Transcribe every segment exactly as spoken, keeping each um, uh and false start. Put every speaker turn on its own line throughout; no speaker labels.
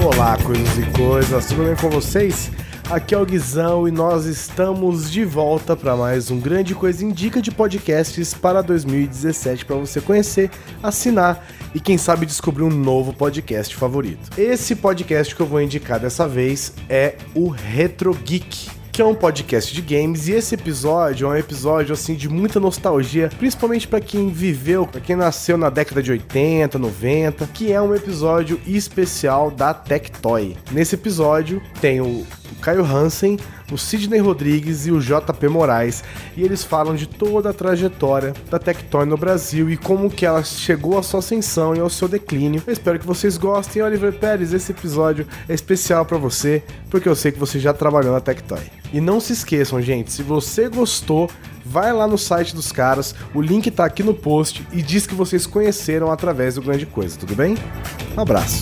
Olá, coisas e coisas, tudo bem com vocês? Aqui é o Guizão e nós estamos de volta para mais um Grande Coisa Indica de podcasts para dois mil e dezessete para você conhecer, assinar e quem sabe descobrir um novo podcast favorito. Esse podcast que eu vou indicar dessa vez é o Retro Geek, que é um podcast de games, e esse episódio é um episódio assim de muita nostalgia, principalmente para quem viveu, para quem nasceu na década de oitenta, noventa, que é um episódio especial da Tectoy. Nesse episódio tem o o Caio Hansen, o Sidney Rodrigues e o J P Moraes, e eles falam de toda a trajetória da Tectoy no Brasil e como que ela chegou à sua ascensão e ao seu declínio. Eu espero que vocês gostem. Oliver Pérez, esse episódio é especial pra você, porque eu sei que você já trabalhou na Tectoy. E não se esqueçam, gente, se você gostou, vai lá no site dos caras, o link tá aqui no post, e diz que vocês conheceram através do Grande Coisa, tudo bem? Um abraço.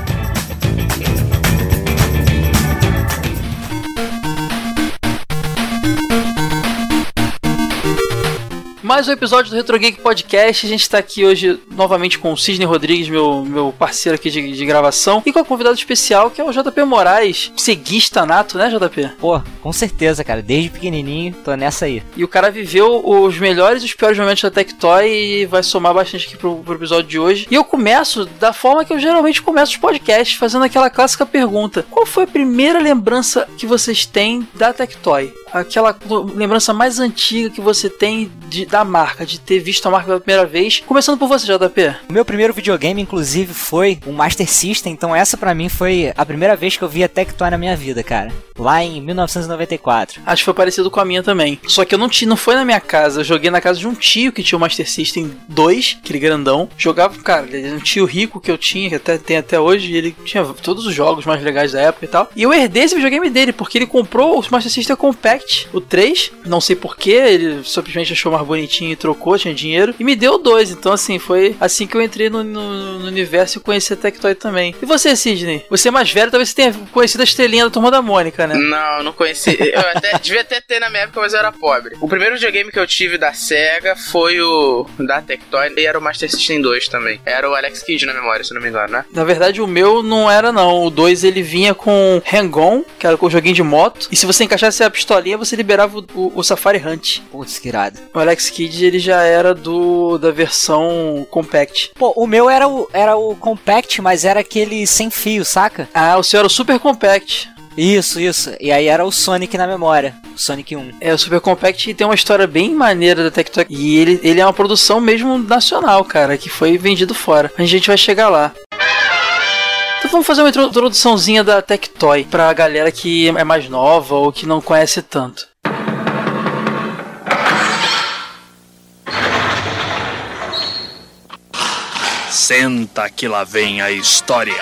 Mais um episódio do Retro Geek Podcast. A gente está aqui hoje novamente com o Sidney Rodrigues, meu, meu parceiro aqui de, de gravação, e com a convidada especial que é o J P Moraes, ceguista nato, né, J P?
Pô, com certeza, cara. Desde pequenininho, tô nessa aí.
E o cara viveu os melhores e os piores momentos da Tectoy e vai somar bastante aqui pro, pro episódio de hoje. E eu começo da forma que eu geralmente começo os podcasts, fazendo aquela clássica pergunta: qual foi a primeira lembrança que vocês têm da Tectoy? Aquela lembrança mais antiga que você tem de, da marca, de ter visto a marca pela primeira vez. Começando por você, J P.
O meu primeiro videogame, inclusive, foi um Master System. Então essa pra mim foi a primeira vez que eu vi a Tectoy na minha vida, cara. Lá em mil novecentos e noventa e quatro.
Acho que foi parecido com a minha também. Só que eu não, tinha, não foi na minha casa. Eu joguei na casa de um tio que tinha o Master System dois, aquele grandão. Jogava, cara, ele era um tio rico que eu tinha, que até tem até hoje. E ele tinha todos os jogos mais legais da época e tal. E eu herdei esse videogame dele, porque ele comprou o Master System Compact, o três. Não sei porquê, ele simplesmente achou mais bonitinho e trocou, tinha dinheiro. E me deu o dois. Então, assim, foi assim que eu entrei no, no, no universo e conheci a Tectoy também. E você, Sidney? Você é mais velho, talvez você tenha conhecido a estrelinha da Turma da Mônica, né?
Não, não conheci. Eu até, devia até ter na minha época, mas eu era pobre. O primeiro videogame que eu tive da Sega foi o da Tectoy e era o Master System dois também. Era o Alex Kidd na memória, se não me engano, né?
Na verdade, o meu não era, não. O dois ele vinha com Hang-On, que era com o joguinho de moto. E se você encaixasse a pistolinha, você liberava o, o, o Safari Hunt.
Putz, que irado.
O Alex Kidd, ele já era do da versão Compact.
Pô, o meu era o, era o Compact, mas era aquele sem fio, saca?
Ah, o seu era o Super Compact.
Isso, isso. E aí era o Sonic na memória. O Sonic um.
É, o Super Compact tem uma história bem maneira da Tectoy. E ele, ele é uma produção mesmo nacional, cara, que foi vendido fora. A gente vai chegar lá. Então vamos fazer uma introduçãozinha da Tectoy pra galera que é mais nova ou que não conhece tanto.
Senta que lá vem a história.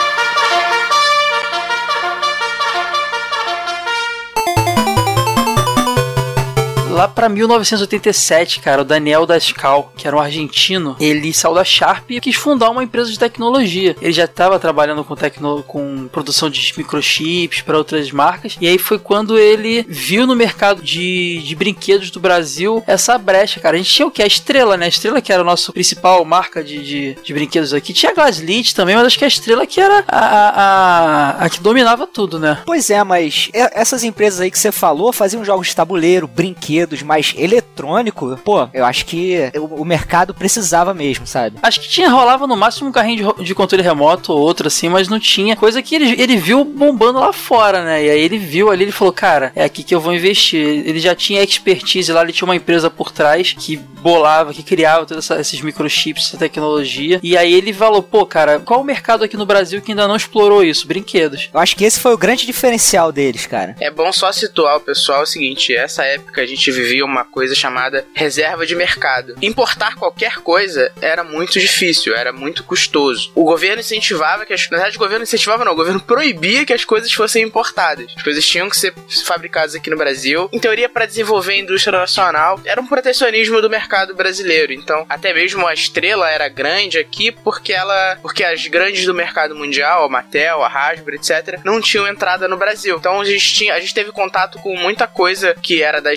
Lá pra mil novecentos e oitenta e sete, cara, o Daniel Daskal, que era um argentino, ele saiu da Sharp e quis fundar uma empresa de tecnologia. Ele já estava trabalhando com, tecno... com produção de microchips para outras marcas, e aí foi quando ele viu no mercado de, de brinquedos do Brasil essa brecha, cara. A gente tinha o que? A Estrela, né? A Estrela que era a nossa principal marca de, de, de brinquedos aqui. Tinha a Glaslit também, mas acho que a Estrela que era a, a, a, a que dominava tudo, né?
Pois é, mas essas empresas aí que você falou faziam jogos de tabuleiro, brinquedos, mais eletrônico, pô, eu acho que o, o mercado precisava mesmo, sabe?
Acho que tinha, rolava no máximo um carrinho de, de controle remoto ou outro assim, mas não tinha, coisa que ele, ele viu bombando lá fora, né? E aí ele viu ali, ele falou, cara, é aqui que eu vou investir. Ele já tinha expertise lá, ele tinha uma empresa por trás que bolava, que criava todos esses microchips, essa tecnologia, e aí ele falou, pô, cara, qual o mercado aqui no Brasil que ainda não explorou isso? Brinquedos.
Eu acho que esse foi o grande diferencial deles, cara.
É bom só situar o pessoal o seguinte, essa época a gente vivia uma coisa chamada reserva de mercado. Importar qualquer coisa era muito difícil, era muito custoso. O governo incentivava que as... Na verdade, o governo incentivava não, o governo proibia que as coisas fossem importadas. As coisas tinham que ser fabricadas aqui no Brasil. Em teoria, para desenvolver a indústria nacional, era um protecionismo do mercado brasileiro. Então, até mesmo a Estrela era grande aqui porque ela... porque as grandes do mercado mundial, a Mattel, a Hasbro, etcétera, não tinham entrada no Brasil. Então, a gente, tinha... a gente teve contato com muita coisa que era da Estrela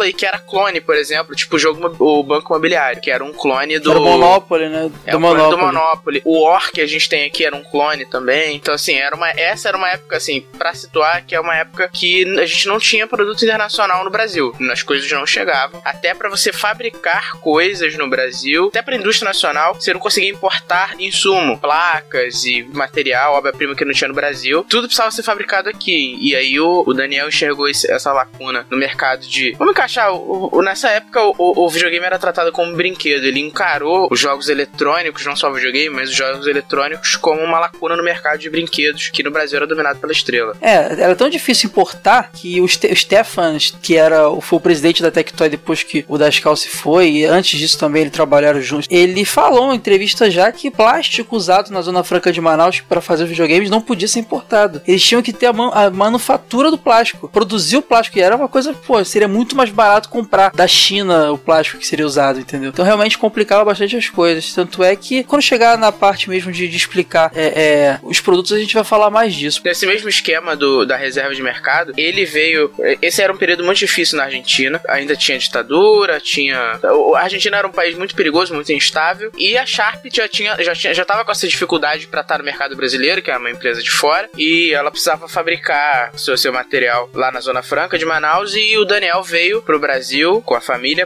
Estrela e que era clone, por exemplo, tipo o jogo o Banco Imobiliário, que era um clone do...
Era o Monopoly, né? Do
é o
Monopoly.
do Monopoly. O War que a gente tem aqui era um clone também. Então, assim, era uma, essa era uma época, assim, pra situar, que é uma época que a gente não tinha produto internacional no Brasil. As coisas não chegavam. Até pra você fabricar coisas no Brasil, até pra indústria nacional, você não conseguia importar insumo, placas e material, obra-prima que não tinha no Brasil. Tudo precisava ser fabricado aqui. E aí o, o Daniel enxergou esse, essa lacuna no mercado de... Vamos encaixar, o, o, nessa época o, o, o videogame era tratado como um brinquedo. Ele encarou os jogos eletrônicos, não só o videogame, mas os jogos eletrônicos, como uma lacuna no mercado de brinquedos, que no Brasil era dominado pela Estrela.
É, era tão difícil importar que o, Ste- o Stefan, que era o, foi o presidente da Tectoy depois que o Dascal se foi, e antes disso também eles trabalharam juntos, ele falou em entrevista já que plástico usado na Zona Franca de Manaus para fazer os videogames não podia ser importado. Eles tinham que ter a, man- a manufatura do plástico, produzir o plástico, e era uma coisa, pô, seria muito mais barato comprar da China o plástico que seria usado, entendeu? Então realmente complicava bastante as coisas, tanto é que quando chegar na parte mesmo de, de explicar é, é, os produtos, a gente vai falar mais disso.
Nesse mesmo esquema do, da reserva de mercado, ele veio... Esse era um período muito difícil na Argentina, ainda tinha ditadura, tinha... A Argentina era um país muito perigoso, muito instável, e a Sharp já tinha, já tinha, já tava com essa dificuldade para estar no mercado brasileiro, que é uma empresa de fora, e ela precisava fabricar seu, seu material lá na Zona Franca de Manaus, e o Daniel veio pro Brasil com a família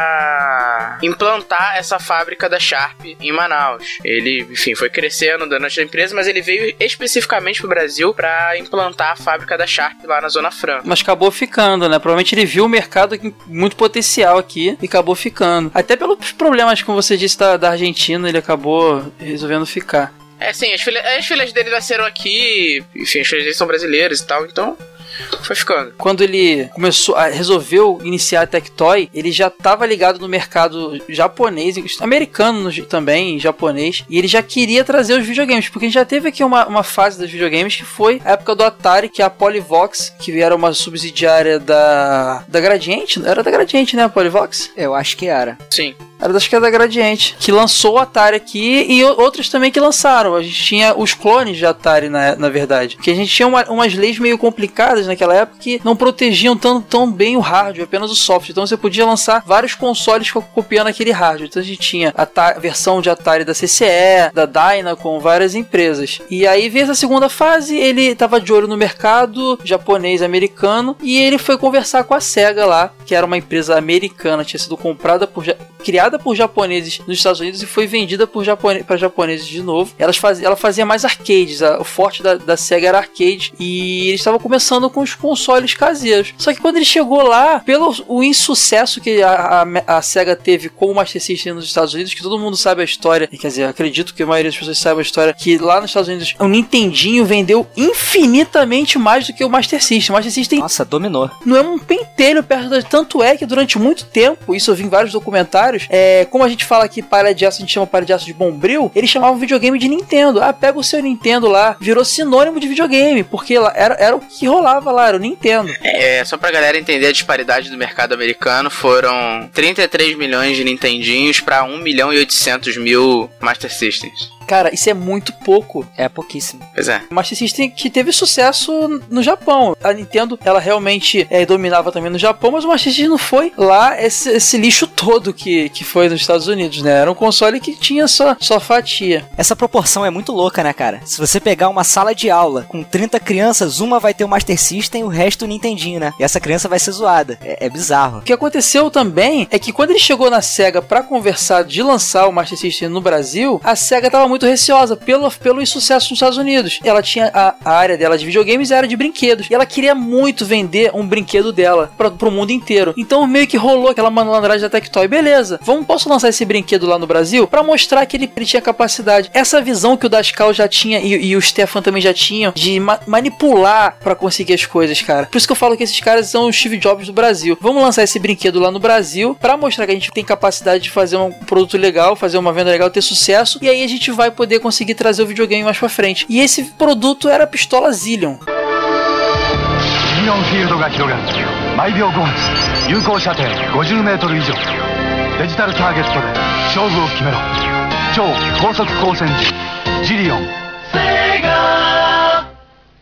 para implantar essa fábrica da Sharp em Manaus. Ele, enfim, foi crescendo durante a empresa, mas ele veio especificamente pro Brasil para implantar a fábrica da Sharp lá na Zona Franca.
Mas acabou ficando, né? Provavelmente ele viu o mercado com muito potencial aqui e acabou ficando. Até pelos problemas, como você disse, da, da Argentina, ele acabou resolvendo ficar.
É, sim, as filhas, as filhas dele nasceram aqui, enfim, as filhas dele são brasileiras e tal, então... Foi ficando.
Quando ele começou a, resolveu iniciar a Tectoy, ele já estava ligado no mercado japonês, americano também, japonês, e ele já queria trazer os videogames, porque a gente já teve aqui uma, uma fase dos videogames que foi a época do Atari, que é a Polyvox, que era uma subsidiária da da Gradiente, era da Gradiente, né, a Polyvox?
Eu acho que era.
Sim.
Era, acho que era da Gradiente, que lançou o Atari aqui e outras também que lançaram. A gente tinha os clones de Atari, na, na verdade. Porque a gente tinha uma, umas leis meio complicadas naquela época que não protegiam tão, tão bem o hardware, apenas o software. Então você podia lançar vários consoles copiando aquele hardware. Então a gente tinha a, ta- a versão de Atari da C C E, da Dynacon, várias empresas. E aí veio essa segunda fase, ele estava de olho no mercado japonês, americano, e ele foi conversar com a Sega lá, que era uma empresa americana, tinha sido comprada por... criada por japoneses nos Estados Unidos e foi vendida por japone- para japoneses de novo. Elas faz- ela fazia mais arcades, a, o forte da, da Sega era arcade, e eles estavam começando com os consoles caseiros. Só que quando ele chegou lá, pelo o insucesso que a, a, a Sega teve com o Master System nos Estados Unidos, que todo mundo sabe a história, quer dizer, acredito que a maioria das pessoas sabe a história, que lá nos Estados Unidos o Nintendinho vendeu infinitamente mais do que o Master System. O Master System,
Nossa, dominou.
não é um pentelho perto da... Tanto é que durante muito tempo, isso eu vi em vários documentários, é, como a gente fala aqui, palha de aço, a gente chama palha de aço de bombril, eles chamavam o videogame de Nintendo. Ah, pega o seu Nintendo lá, virou sinônimo de videogame, porque lá era, era o que rolava lá, era o Nintendo.
É, só pra galera entender a disparidade do mercado americano, foram trinta e três milhões de Nintendinhos pra um milhão e oitocentos mil Master Systems.
Cara, isso é muito pouco.
É pouquíssimo.
Pois é.
O Master System que teve sucesso no Japão. A Nintendo, ela realmente é, dominava também no Japão, mas o Master System não foi lá esse, esse lixo todo que, que foi nos Estados Unidos, né? Era um console que tinha só, só fatia.
Essa proporção é muito louca, né, cara? Se você pegar uma sala de aula com trinta crianças, uma vai ter o Master System e o resto o Nintendinho, né? E essa criança vai ser zoada. É, é bizarro.
O que aconteceu também é que quando ele chegou na Sega pra conversar de lançar o Master System no Brasil, a Sega tava muito muito receosa pelo, pelo insucesso nos Estados Unidos. Ela tinha a, a área dela de videogames e a área de brinquedos. E ela queria muito vender um brinquedo dela pra, pro mundo inteiro. Então meio que rolou aquela malandragem da Tectoy. Beleza, vamos, posso lançar esse brinquedo lá no Brasil pra mostrar que ele, ele tinha capacidade. Essa visão que o Dascal já tinha e, e o Stefan também já tinham de ma- manipular pra conseguir as coisas, cara. Por isso que eu falo que esses caras são os Steve Jobs do Brasil. Vamos lançar esse brinquedo lá no Brasil pra mostrar que a gente tem capacidade de fazer um produto legal, fazer uma venda legal, ter sucesso, e aí a gente vai poder conseguir trazer o videogame mais pra frente. E esse produto era a pistola Zillion.
ミニオンフィールドが広がる毎秒ご発有効射程ごじゅうメートル以上デジタルターゲットで勝負を決めろ超高速光線銃ジリオンセガ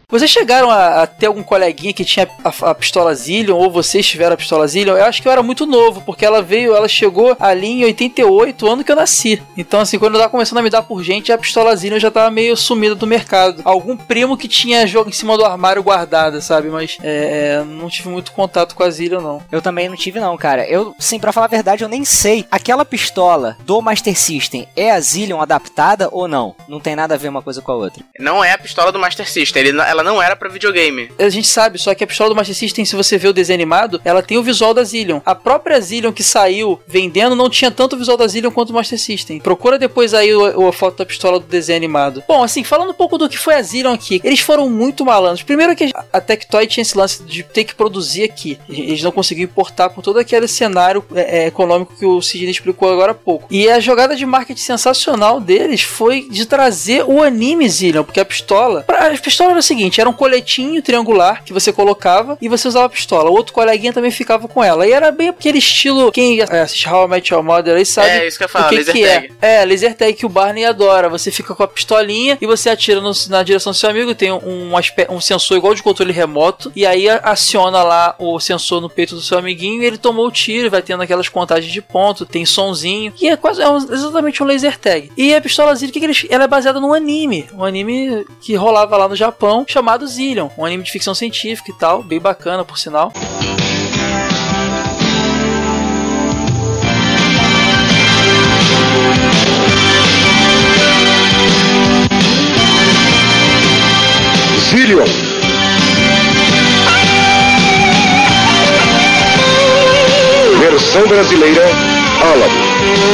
Vocês chegaram a, a ter algum coleguinha que tinha a, a pistola Zillion, ou vocês tiveram a pistola Zillion? Eu acho que eu era muito novo, porque ela veio, ela chegou ali em oitenta e oito, ano que eu nasci. Então assim, quando eu tava começando a me dar por gente, a pistola Zillion já tava meio sumida do mercado. Algum primo que tinha jogo em cima do armário guardada, sabe? Mas é, não tive muito contato com a Zillion, não.
Eu também não tive, não, cara. Eu, sim, pra falar a verdade, eu nem sei. Aquela pistola do Master System é a Zillion adaptada ou não? Não tem nada a ver uma coisa com a outra.
Não é a pistola do Master System. Ele, ela não era pra videogame.
A gente sabe, só que a pistola do Master System, se você vê o desenho animado, ela tem o visual da Zillion. A própria Zillion que saiu vendendo não tinha tanto o visual da Zillion quanto o Master System. Procura depois aí a foto da pistola do desenho animado. Bom, assim, falando um pouco do que foi a Zillion aqui, eles foram muito malandros. Primeiro que a Tectoy tinha esse lance de ter que produzir aqui. Eles não conseguiam importar por todo aquele cenário é, econômico que o Sidney explicou agora há pouco. E a jogada de marketing sensacional deles foi de trazer o anime Zillion, porque a pistola... A pistola era o seguinte, era um coletinho triangular que você colocava e você usava a pistola. O outro coleguinha também ficava com ela. E era bem aquele estilo... Quem assiste How I Met Your Mother aí sabe
é, isso que eu falo,
o que,
laser
que
tag.
é. É, laser tag que o Barney adora. Você fica com a pistolinha e você atira no, na direção do seu amigo. Tem um, um, um sensor igual de controle remoto e aí aciona lá o sensor no peito do seu amiguinho e ele tomou o tiro, vai tendo aquelas contagens de ponto, tem sonzinho, e é quase é um, exatamente um laser tag. E a pistola Zillion, que que eles, ela é baseada num anime, um anime que rolava lá no Japão, chamado Zillion, um anime de ficção científica e tal, bem bacana, por sinal.
Zillion. Versão brasileira, Alamo.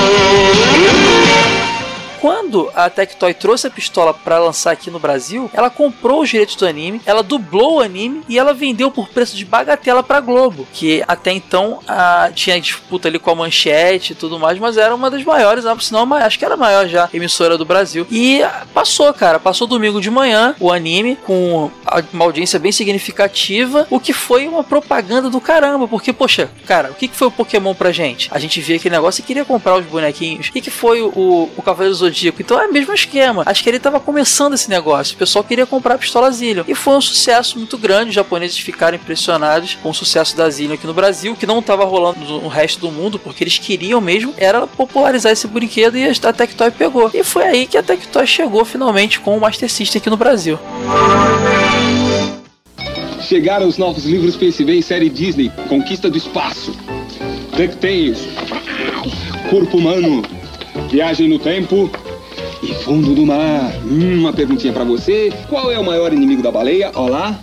Quando a Tectoy trouxe a pistola pra lançar aqui no Brasil, ela comprou os direitos do anime, ela dublou o anime e ela vendeu por preço de bagatela pra Globo, que até então a, tinha disputa ali com a Manchete e tudo mais, mas era uma das maiores, não, senão, acho que era a maior já emissora do Brasil. E passou, cara, passou domingo de manhã o anime com uma audiência bem significativa, o que foi uma propaganda do caramba, porque, poxa, cara, o que foi o Pokémon pra gente? A gente via aquele negócio e queria comprar os bonequinhos. O que foi o, o Cavaleiro do Zodíaco? Então é o mesmo esquema. Acho que ele estava começando esse negócio. O pessoal queria comprar a pistola Zillion. E foi um sucesso muito grande. Os japoneses ficaram impressionados com o sucesso da Zillion aqui no Brasil, que não estava rolando no resto do mundo, porque eles queriam mesmo era popularizar esse brinquedo e a Tectoy pegou. E foi aí que a Tectoy chegou finalmente com o Master System aqui no Brasil.
Chegaram os novos livros P S B série Disney, Conquista do Espaço, DuckTales, Corpo Humano, Viagem no Tempo e Fundo do Mar. Hum, uma perguntinha pra você. Qual é o maior inimigo da baleia? Olá.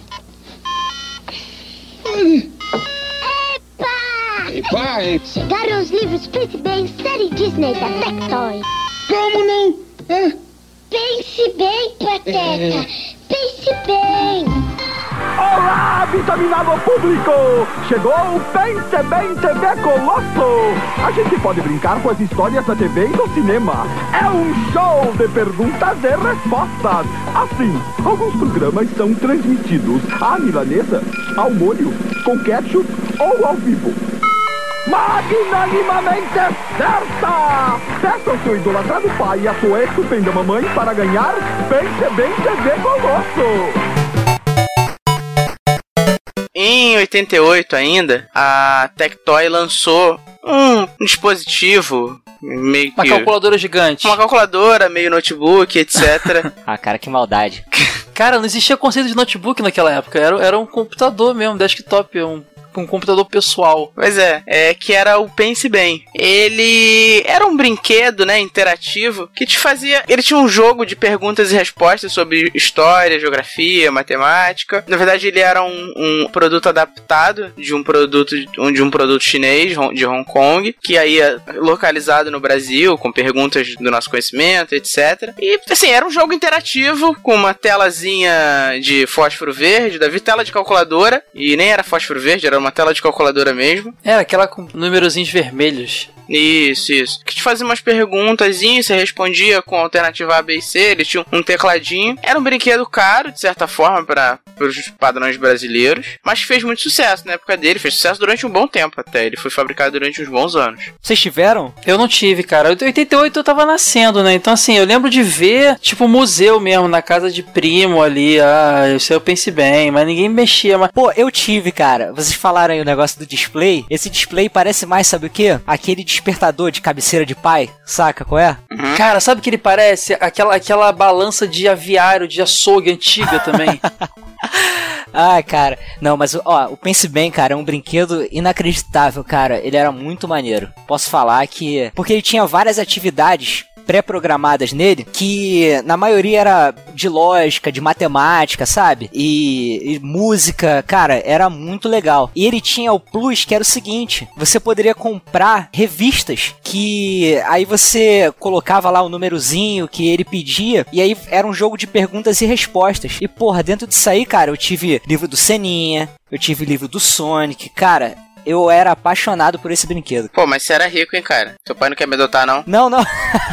Epa!
Epa, é...
Chegaram os livros P S B série Disney da Tectoy.
Como não? É.
Pense bem, Pateta.
É.
Pense bem.
Olá, vitaminado público! Chegou o Pense Bem T V Colosso! A gente pode brincar com as histórias da T V e do cinema. É um show de perguntas e respostas. Assim, alguns programas são transmitidos à milanesa, ao molho, com ketchup ou ao vivo. Magnanimamente certa! Peça ao seu idolatrado pai e a sua estupenda mamãe para ganhar Pense Bem T V Colosso!
Em oitenta e oito ainda, a Tectoy lançou um dispositivo meio que...
Uma calculadora gigante.
Uma calculadora, meio notebook, etcétera.
Ah, cara, que maldade.
Cara, não existia conceito de notebook naquela época. Era, era um computador mesmo, desktop, um... um computador pessoal.
Pois é, é que era o Pense Bem. Ele era um brinquedo, né, interativo, que te fazia... Ele tinha um jogo de perguntas e respostas sobre história, geografia, matemática. Na verdade, ele era um, um produto adaptado de um produto, de um produto chinês, de Hong Kong, que aí é localizado no Brasil, com perguntas do nosso conhecimento, etcétera. E, assim, era um jogo interativo, com uma telazinha de fósforo verde, da tela de calculadora, e nem era fósforo verde, era uma tela de calculadora mesmo.
Era aquela com númerozinhos vermelhos.
Isso, isso. Que te fazia umas perguntazinhas, você respondia com a alternativa A, B e C, ele tinha um tecladinho. Era um brinquedo caro, de certa forma, pra, pros padrões brasileiros, mas fez muito sucesso na época dele, fez sucesso durante um bom tempo até, ele foi fabricado durante uns bons anos.
Vocês tiveram?
Eu não tive, cara. Em oitenta e oito eu tava nascendo, né? Então, assim, eu lembro de ver, tipo, museu mesmo, na casa de primo ali. Ah, isso aí eu pensei bem, mas ninguém mexia. Mas...
Pô, eu tive, cara. Vocês falaram aí o negócio do display. Esse display parece mais, sabe o quê? Aquele despertador de cabeceira de pai. Saca qual é?
Uhum. Cara, sabe o que ele parece? Aquela, aquela balança de aviário, de açougue antiga também.
Ah, cara. Não, mas ó, o Pense Bem, cara, é um brinquedo inacreditável, cara. Ele era muito maneiro. Posso falar que... Porque ele tinha várias atividades pré-programadas nele, que na maioria era de lógica, de matemática, sabe? E, e música, cara, era muito legal. E ele tinha o plus que era o seguinte, você poderia comprar revistas que aí você colocava lá o númerozinho que ele pedia, e aí era um jogo de perguntas e respostas. E porra, dentro disso aí, cara, eu tive livro do Seninha, eu tive livro do Sonic, cara... Eu era apaixonado por esse brinquedo.
Pô, mas você era rico, hein, cara? Seu pai não quer me adotar, não?
Não, não.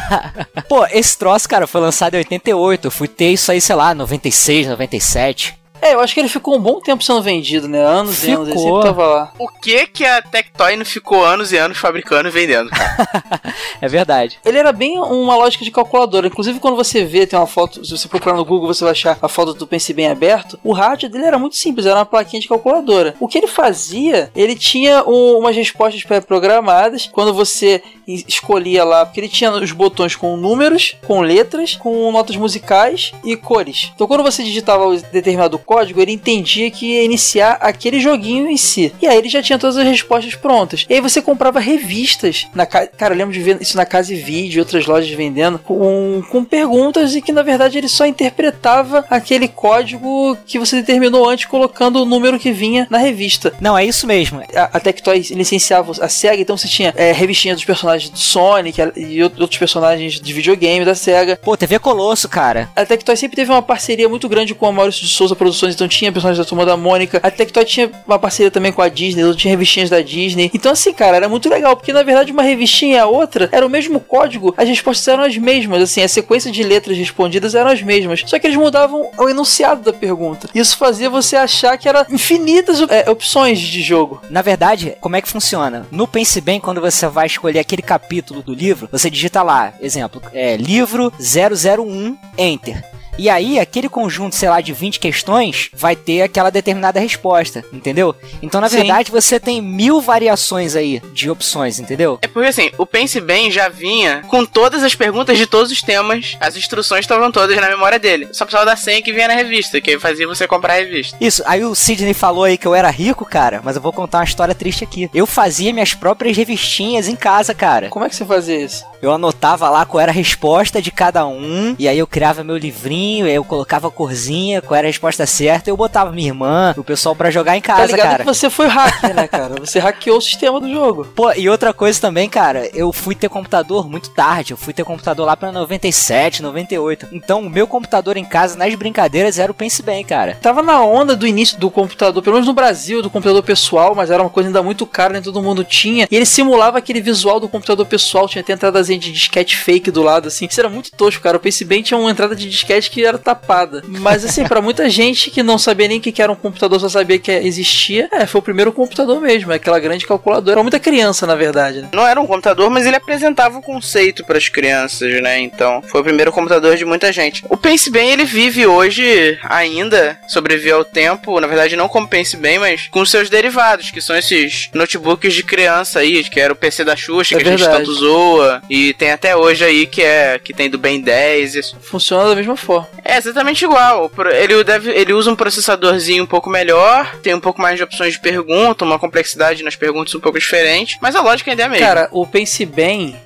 Pô, esse troço, cara, foi lançado em oitenta e oito. Eu fui ter isso aí, sei lá, noventa e seis, noventa e sete.
É, eu acho que ele ficou um bom tempo sendo vendido, né? Anos ficou. e anos, ele sempre tava lá.
O que que a Tectoy não ficou anos e anos fabricando e vendendo, cara?
É verdade.
Ele era bem uma lógica de calculadora. Inclusive, quando você vê, tem uma foto, se você procurar no Google, você vai achar a foto do Pense Bem aberto. O hardware dele era muito simples, era uma plaquinha de calculadora. O que ele fazia, ele tinha um, umas respostas pré-programadas, quando você escolhia lá, porque ele tinha os botões com números, com letras, com notas musicais e cores. Então, quando você digitava o determinado código, ele entendia que ia iniciar aquele joguinho em si. E aí ele já tinha todas as respostas prontas. E aí você comprava revistas. Na ca... Cara, eu lembro de ver isso na Casa e Vídeo e outras lojas vendendo com, com perguntas e que na verdade ele só interpretava aquele código que você determinou antes colocando o número que vinha na revista.
Não, é isso mesmo.
A, a Tectoy licenciava a SEGA, então você tinha é, revistinha dos personagens do Sonic e outros personagens de videogame da SEGA.
Pô, T V Colosso, cara.
A Tectoy sempre teve uma parceria muito grande com a Maurício de Souza Produções, então tinha personagens da Turma da Mônica. A Tectoy tinha uma parceria também com a Disney, eu tinha revistinhas da Disney. Então assim, cara, era muito legal, porque na verdade uma revistinha e a outra era o mesmo código, as respostas eram as mesmas, assim, a sequência de letras respondidas eram as mesmas, só que eles mudavam o enunciado da pergunta. Isso fazia você achar que era infinitas é, opções de jogo.
Na verdade, como é que funciona? No Pense Bem, quando você vai escolher aquele capítulo do livro, você digita lá, exemplo, é, livro zero zero um, Enter. E aí, aquele conjunto, sei lá, de vinte questões vai ter aquela determinada resposta, entendeu? Então, na Sim. verdade, você tem mil variações aí de opções, entendeu?
É porque, assim, o Pense Bem já vinha com todas as perguntas de todos os temas, as instruções estavam todas na memória dele. Só precisava da senha que vinha na revista, que aí fazia você comprar a revista.
Isso, aí o Sidney falou aí que eu era rico, cara, mas eu vou contar uma história triste aqui. Eu fazia minhas próprias revistinhas em casa, cara.
Como é que você fazia isso?
Eu anotava lá qual era a resposta de cada um, e aí eu criava meu livrinho, eu colocava a corzinha, qual era a resposta certa, e eu botava minha irmã, o pessoal pra jogar em casa,
tá ligado
cara.
Que você foi hacker, né, cara? Você hackeou o sistema do jogo.
Pô, e outra coisa também, cara, eu fui ter computador muito tarde, eu fui ter computador lá pra noventa e sete, noventa e oito. Então, o meu computador em casa, nas brincadeiras, era o Pense Bem, cara.
Tava na onda do início do computador, pelo menos no Brasil, do computador pessoal, mas era uma coisa ainda muito cara, nem todo mundo tinha. E ele simulava aquele visual do computador pessoal, tinha até entradazinha de disquete fake do lado, assim. Isso era muito tosco, cara. O Pense Bem tinha uma entrada de disquete que era tapada. Mas assim, pra muita gente que não sabia nem o que era um computador, só sabia que existia, é, foi o primeiro computador mesmo, é aquela grande calculadora. Pra muita criança, na verdade, né?
Não era um computador, mas ele apresentava o conceito pras crianças, né? Então, foi o primeiro computador de muita gente. O Pense Bem, ele vive hoje ainda, sobrevive ao tempo, na verdade não como Pense Bem, mas com seus derivados, que são esses notebooks de criança aí, que era o P C da Xuxa,
é
que
verdade.
A gente tanto zoa, e tem até hoje aí que é que tem do Ben dez. Isso.
Funciona da mesma forma.
É exatamente igual. Ele, deve, ele usa um processadorzinho um pouco melhor, tem um pouco mais de opções de pergunta, uma complexidade nas perguntas um pouco diferente, mas a lógica ainda é a mesma.
Cara, o Pense Bem...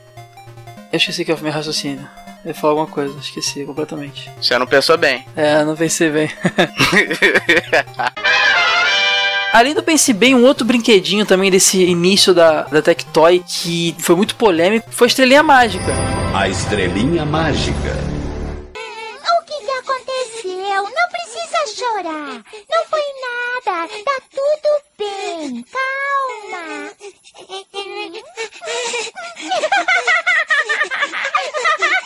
Eu esqueci que é o meu raciocínio. Eu ia falar alguma coisa, esqueci completamente.
Você não pensou bem.
É, não pensei bem. Além do Pense Bem, um outro brinquedinho também desse início da, da Tectoy que foi muito polêmico foi a Estrelinha Mágica.
A Estrelinha Mágica.
O que que aconteceu? Não precisa chorar. Não foi nada. Tá tudo bem. Calma.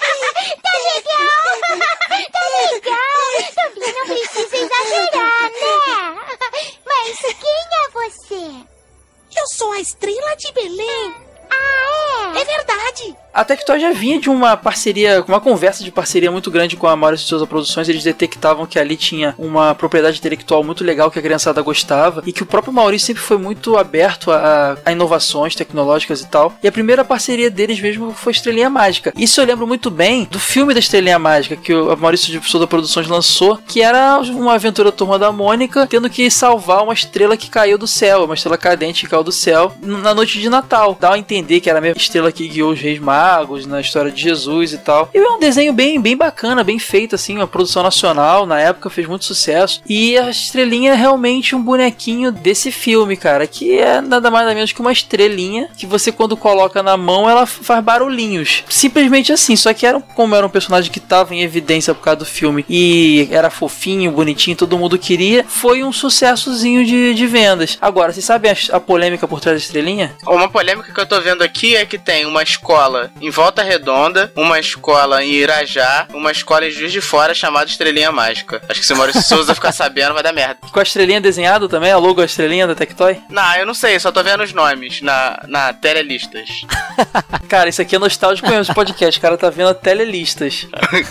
Tá legal. Tá legal. Também não precisa exagerar, né?
A Tectoy já vinha de uma parceria, uma conversa de parceria muito grande com a Maurício de Souza Produções. Eles detectavam que ali tinha uma propriedade intelectual muito legal que a criançada gostava e que o próprio Maurício sempre foi muito aberto a, a inovações tecnológicas e tal. E a primeira parceria deles mesmo foi Estrelinha Mágica. Isso eu lembro muito bem do filme da Estrelinha Mágica que o Maurício de Souza Produções lançou, que era uma aventura da Turma da Mônica tendo que salvar uma estrela que caiu do céu, uma estrela cadente que caiu do céu na noite de Natal. Dá a entender que era a mesma estrela que guiou os Reis Magos na história de Jesus e tal. E é um desenho bem, bem bacana, bem feito, assim, uma produção nacional, na época fez muito sucesso. E a estrelinha é realmente um bonequinho desse filme, cara, que é nada mais nada menos que uma estrelinha que você, quando coloca na mão, ela faz barulhinhos. Simplesmente assim, só que era, como era um personagem que estava em evidência por causa do filme e era fofinho, bonitinho, todo mundo queria, foi um sucessozinho de, de vendas. Agora, vocês sabem a, a polêmica por trás da estrelinha?
Uma polêmica que eu tô vendo aqui é que tem uma escola em Volta Redonda, uma escola em Irajá, uma escola em Juiz de Fora chamada Estrelinha Mágica. Acho que se o Maurício Souza ficar sabendo vai dar merda.
Com a estrelinha desenhada também? A logo a estrelinha da Tectoy?
Não, eu não sei, só tô vendo os nomes na, na telelistas.
Cara, isso aqui é nostálgico mesmo, esse podcast. O cara tá vendo a telelistas.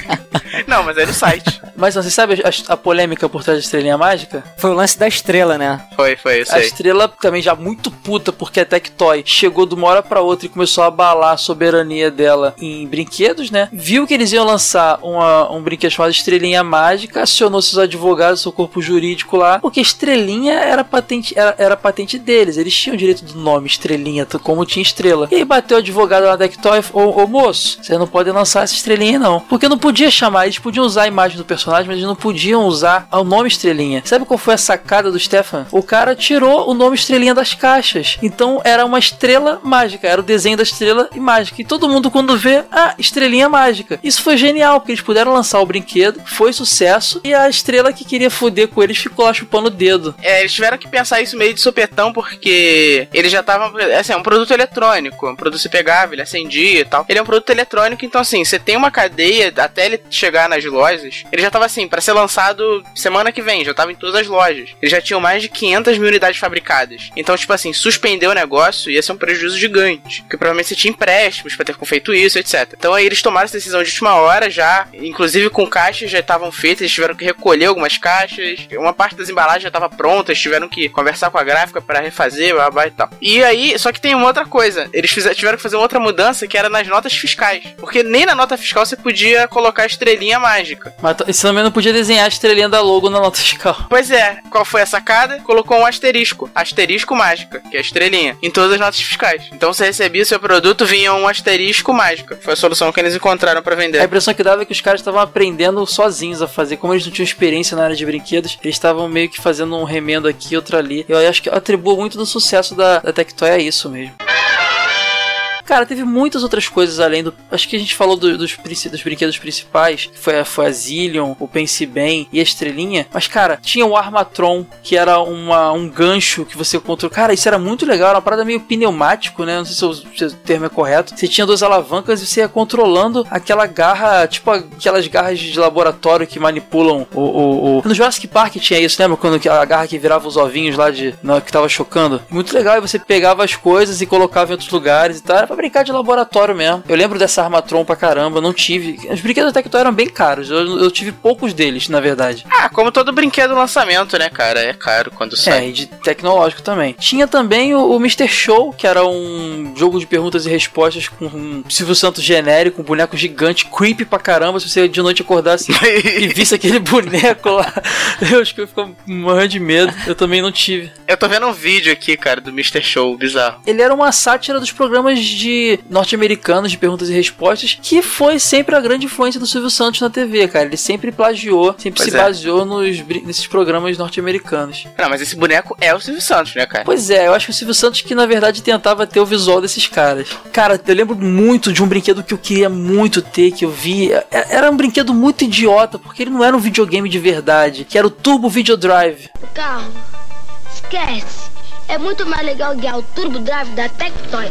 Não, mas é no site.
Mas não, você sabe a, a polêmica por trás da Estrelinha Mágica?
Foi o lance da estrela, né?
Foi, foi, eu sei.
A estrela também já muito puta, porque a Tectoy chegou de uma hora pra outra e começou a abalar a soberania dela em brinquedos, né? Viu que eles iam lançar uma, um brinquedo chamado Estrelinha Mágica, acionou seus advogados, seu corpo jurídico lá, porque Estrelinha era patente, era, era patente deles, eles tinham o direito do nome Estrelinha, como tinha estrela. E aí bateu o advogado na Tectoy, ô, ô moço, vocês não podem lançar essa estrelinha não. Porque não podia chamar, eles podiam usar a imagem do personagem, mas eles não podiam usar o nome Estrelinha. Sabe qual foi a sacada do Stefan? O cara tirou o nome Estrelinha das caixas. Então era uma estrela mágica, era o desenho da estrela e mágica. E todo mundo quando vê, ah, Estrelinha Mágica. Isso foi genial, porque eles puderam lançar o brinquedo, foi sucesso, e a estrela que queria foder com eles ficou lá chupando o dedo.
É, eles tiveram que pensar isso meio de sopetão, porque eles já estavam, assim, é um produto eletrônico, um produto você pegava, ele acendia e tal. Ele é um produto eletrônico, então assim, você tem uma cadeia até ele chegar nas lojas. Ele já tava assim, pra ser lançado semana que vem, já tava em todas as lojas. Eles já tinham mais de quinhentas mil unidades fabricadas. Então, tipo assim, suspender o negócio ia ser um prejuízo gigante, porque provavelmente você tinha empréstimos pra ter feito isso, etcétera. Então aí eles tomaram essa decisão de última hora já, inclusive com caixas já estavam feitas, eles tiveram que recolher algumas caixas, uma parte das embalagens já estava pronta, eles tiveram que conversar com a gráfica para refazer, blá, blá, e tal. E aí, só que tem uma outra coisa, eles fizeram, tiveram que fazer uma outra mudança, que era nas notas fiscais, porque nem na nota fiscal você podia colocar a estrelinha mágica.
Mas você também não podia desenhar a estrelinha da logo na nota fiscal.
Pois é, qual foi a sacada? Colocou um asterisco, asterisco mágica, que é a estrelinha, em todas as notas fiscais. Então você recebia o seu produto, vinha um asterisco mágica. Foi a solução que eles encontraram para vender.
A impressão que dava é que os caras estavam aprendendo sozinhos a fazer, como eles não tinham experiência na área de brinquedos, eles estavam meio que fazendo um remendo aqui, outro ali. Eu acho que eu atribuo muito do sucesso da, da Tectoy a isso mesmo. Cara, teve muitas outras coisas além do... Acho que a gente falou do, dos, dos brinquedos principais, que foi, foi a Zillion, o Pense Bem e a Estrelinha. Mas, cara, tinha o Armatron, que era uma, um gancho que você controlava. Cara, isso era muito legal, era uma parada meio pneumático, né? Não sei se o, se o termo é correto. Você tinha duas alavancas e você ia controlando aquela garra, tipo aquelas garras de laboratório que manipulam o... o, o... No Jurassic Park tinha isso, lembra? Quando a garra que virava os ovinhos lá de... Não, que tava chocando. Muito legal, e você pegava as coisas e colocava em outros lugares e tal. Era pra brincar de laboratório mesmo. Eu lembro dessa Armatron pra caramba, não tive. Os brinquedos da Tectoy eram bem caros, eu, eu tive poucos deles, na verdade.
Ah, como todo brinquedo lançamento, né, cara? É caro quando sai.
É, e de tecnológico também. Tinha também o, o mister Show, que era um jogo de perguntas e respostas com um Silvio Santos genérico, um boneco gigante, creepy pra caramba. Se você de noite acordasse e visse aquele boneco lá, eu acho que eu ficava morrendo de medo. Eu também não tive.
Eu tô vendo um vídeo aqui, cara, do mister Show, bizarro.
Ele era uma sátira dos programas de norte-americanos de perguntas e respostas, que foi sempre a grande influência do Silvio Santos na T V, cara. Ele sempre plagiou, sempre pois se é. baseou nos, nesses programas norte-americanos.
Não, mas esse boneco é o Silvio Santos, né, cara?
Pois é, eu acho que o Silvio Santos que, na verdade, tentava ter o visual desses caras. Cara, eu lembro muito de um brinquedo que eu queria muito ter, que eu vi. Era um brinquedo muito idiota, porque ele não era um videogame de verdade, que era o Turbo Video Drive.
O carro, esquece. É muito mais legal guiar o Turbo Drive da Tectoy.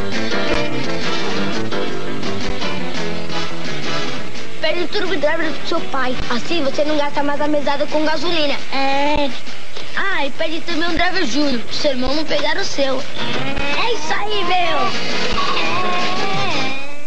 Pede o Turbo Drive do seu pai. Assim você não gasta mais a mesada com gasolina. É. Ah, e pede também um Driver Júnior, pro seu irmão não pegar o seu. É isso aí, meu!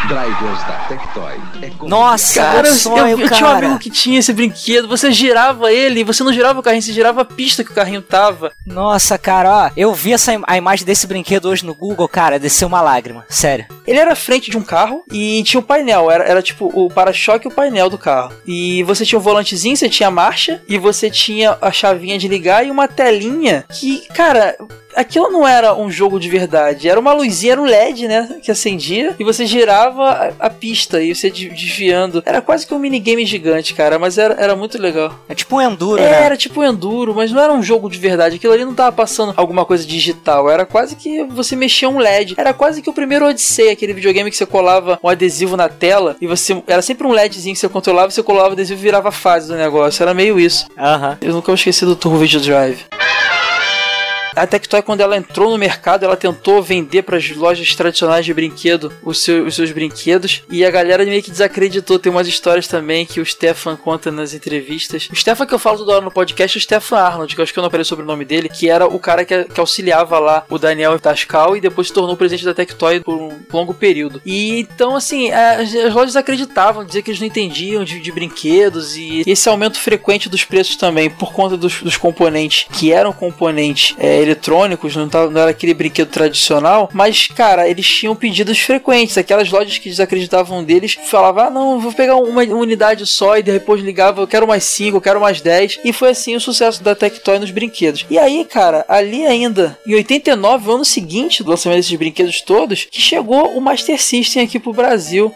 Drivers da Tectoy. É
Nossa,
cara,
sonho,
eu, eu
cara.
tinha um amigo que tinha esse brinquedo. Você girava ele, você não girava o carrinho, você girava a pista que o carrinho tava.
Nossa, cara, ó, eu vi essa im- a imagem desse brinquedo hoje no Google, cara, desceu uma lágrima, sério.
Ele era à frente de um carro e tinha um painel, era, era tipo o para-choque e o painel do carro. E você tinha um volantezinho, você tinha a marcha e você tinha a chavinha de ligar e uma telinha que, cara, aquilo não era um jogo de verdade, era uma luzinha, era um L E D, né, que acendia e você girava a, a pista e você de- desviando. Era quase que um minigame gigante, cara, mas era, era muito legal.
É tipo um enduro,
É,
né?
era tipo um enduro, mas não era um jogo de verdade. Aquilo ali não tava passando alguma coisa digital. Era quase que você mexia um L E D. Era quase que o primeiro Odyssey, aquele videogame que você colava um adesivo na tela e você... Era sempre um LEDzinho que você controlava, você colava o adesivo e virava a fase do negócio. Era meio isso.
Aham.
Eu nunca esqueci do Turbo Video Drive. A Tectoy, quando ela entrou no mercado, ela tentou vender para as lojas tradicionais de brinquedo os, seu, os seus brinquedos e a galera meio que desacreditou. Tem umas histórias também que o Stefan conta nas entrevistas. O Stefan que eu falo toda hora no podcast é o Stefan Arnold, que eu acho que eu não falei sobre o nome dele, que era o cara que, que auxiliava lá o Daniel Tascal e depois se tornou presidente da Tectoy por um longo período. E então, assim, as, as lojas acreditavam, diziam que eles não entendiam de, de brinquedos e esse aumento frequente dos preços também, por conta dos, dos componentes, que eram componentes é, eletrônicos, não, tava, não era aquele brinquedo tradicional, mas, cara, eles tinham pedidos frequentes. Aquelas lojas que desacreditavam deles falavam, ah, não, vou pegar uma unidade só e depois ligava, eu quero mais cinco, eu quero mais dez. E foi assim o sucesso da Tectoy nos brinquedos. E aí, cara, ali ainda, em oitenta e nove, o ano seguinte do lançamento desses brinquedos todos, que chegou o Master System aqui pro Brasil.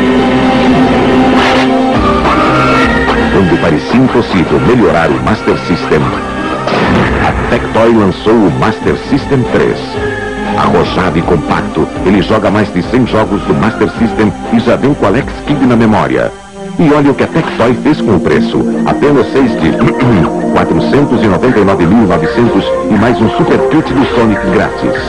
Quando parecia impossível melhorar o Master System, a Tectoy lançou o Master System três. Arrojado e compacto, ele joga mais de cem jogos do Master System e já vem com o Alex Kidd na memória. E olha o que a Tectoy fez com o preço. Apenas seis de quatrocentos e noventa e nove mil e novecentos e mais um Super Kit do Sonic grátis.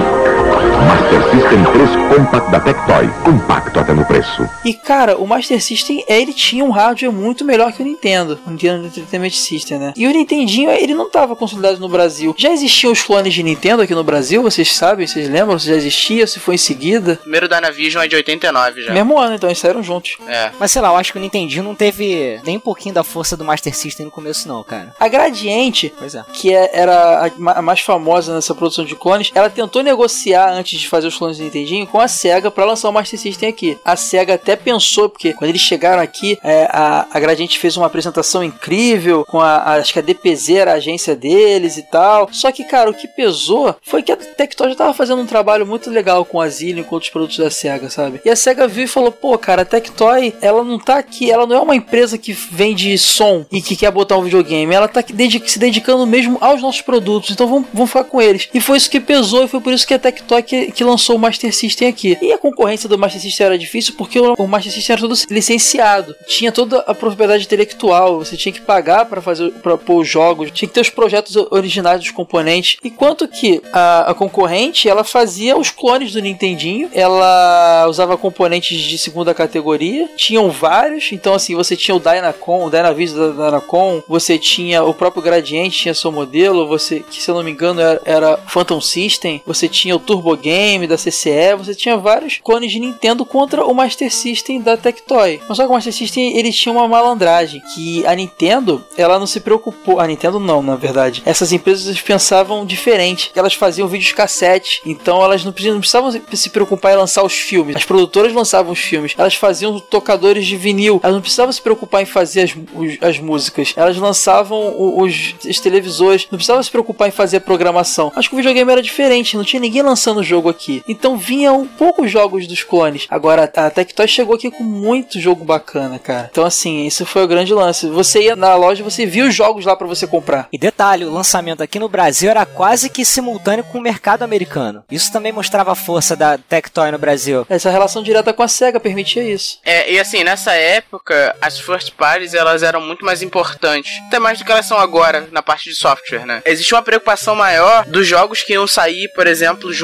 Master System três Compact da Tectoy. Compacto até no preço.
E, cara, o Master System, ele tinha um hardware muito melhor que o Nintendo. O Nintendo Entertainment System, né? E o Nintendinho, ele não estava consolidado no Brasil. Já existiam os clones de Nintendo aqui no Brasil? Vocês sabem? Vocês lembram? Se já existia? Se foi em seguida?
O primeiro Dynavision é de oitenta e nove já.
Mesmo ano, então. Eles saíram juntos.
É.
Mas sei lá, eu acho que o Nintendinho não teve nem um pouquinho da força do Master System no começo não, cara.
A Gradiente,
Pois é.
que é, era a, ma- a mais famosa nessa produção de clones, ela tentou negociar antes de fazer os clones do Nintendinho com a SEGA pra lançar o Master System aqui. A SEGA até pensou, porque quando eles chegaram aqui, é, a, a Gradiente fez uma apresentação incrível com a, a acho que a D P Z era a agência deles e tal. Só que, cara, o que pesou foi que a Tectoy já tava fazendo um trabalho muito legal com a Zillion e com outros produtos da SEGA, sabe? E a SEGA viu e falou, pô, cara, a Tectoy, ela não tá aqui, ela não é uma empresa que vende som e que quer botar um videogame, ela tá aqui dedica, se dedicando mesmo aos nossos produtos, então vamos, vamos ficar com eles. E foi isso que pesou e foi por isso que a Tectoy que, que lançou o Master System aqui. E a concorrência do Master System era difícil porque o, o Master System era todo licenciado, tinha toda a propriedade intelectual, você tinha que pagar para fazer, para pôr os jogos, tinha que ter os projetos originais dos componentes, enquanto que a, a concorrente, ela fazia os clones do Nintendinho, ela usava componentes de segunda categoria, tinham vários, então assim, você tinha o Dynacon, o Dynavision da Dynacon, você tinha o próprio Gradiente, tinha seu modelo, você, que se eu não me engano era, era Phantom System, você tinha o Turbo Game da C C E, você tinha vários clones de Nintendo contra o Master System da Tectoy. Mas só que o Master System, ele tinha uma malandragem, que a Nintendo, ela não se preocupou, a Nintendo não, na verdade, essas empresas pensavam diferente, elas faziam vídeos cassete, então elas não precisavam, não precisavam se preocupar em lançar os filmes, as produtoras lançavam os filmes, elas faziam tocadores de vinil, elas não precisavam se preocupar em fazer as, os, as músicas, elas lançavam os, os televisores, não precisavam se preocupar em fazer a programação. Acho que o videogame era diferente, não tinha ninguém lançando o jogo aqui, então vinham poucos jogos dos clones. Agora a Tectoy chegou aqui com muito jogo bacana, cara. Então assim, isso foi o grande lance. Você ia na loja, você via os jogos lá pra você comprar.
E detalhe, o lançamento aqui no Brasil era quase que simultâneo com o mercado americano. Isso também mostrava a força da Tectoy no Brasil.
Essa relação direta com a SEGA permitia isso.
É, e assim, nessa época, as first parties, elas eram muito mais importantes. Até mais do que elas são agora, na parte de software, né? Existia uma preocupação maior dos jogos que iam sair, por exemplo, junto com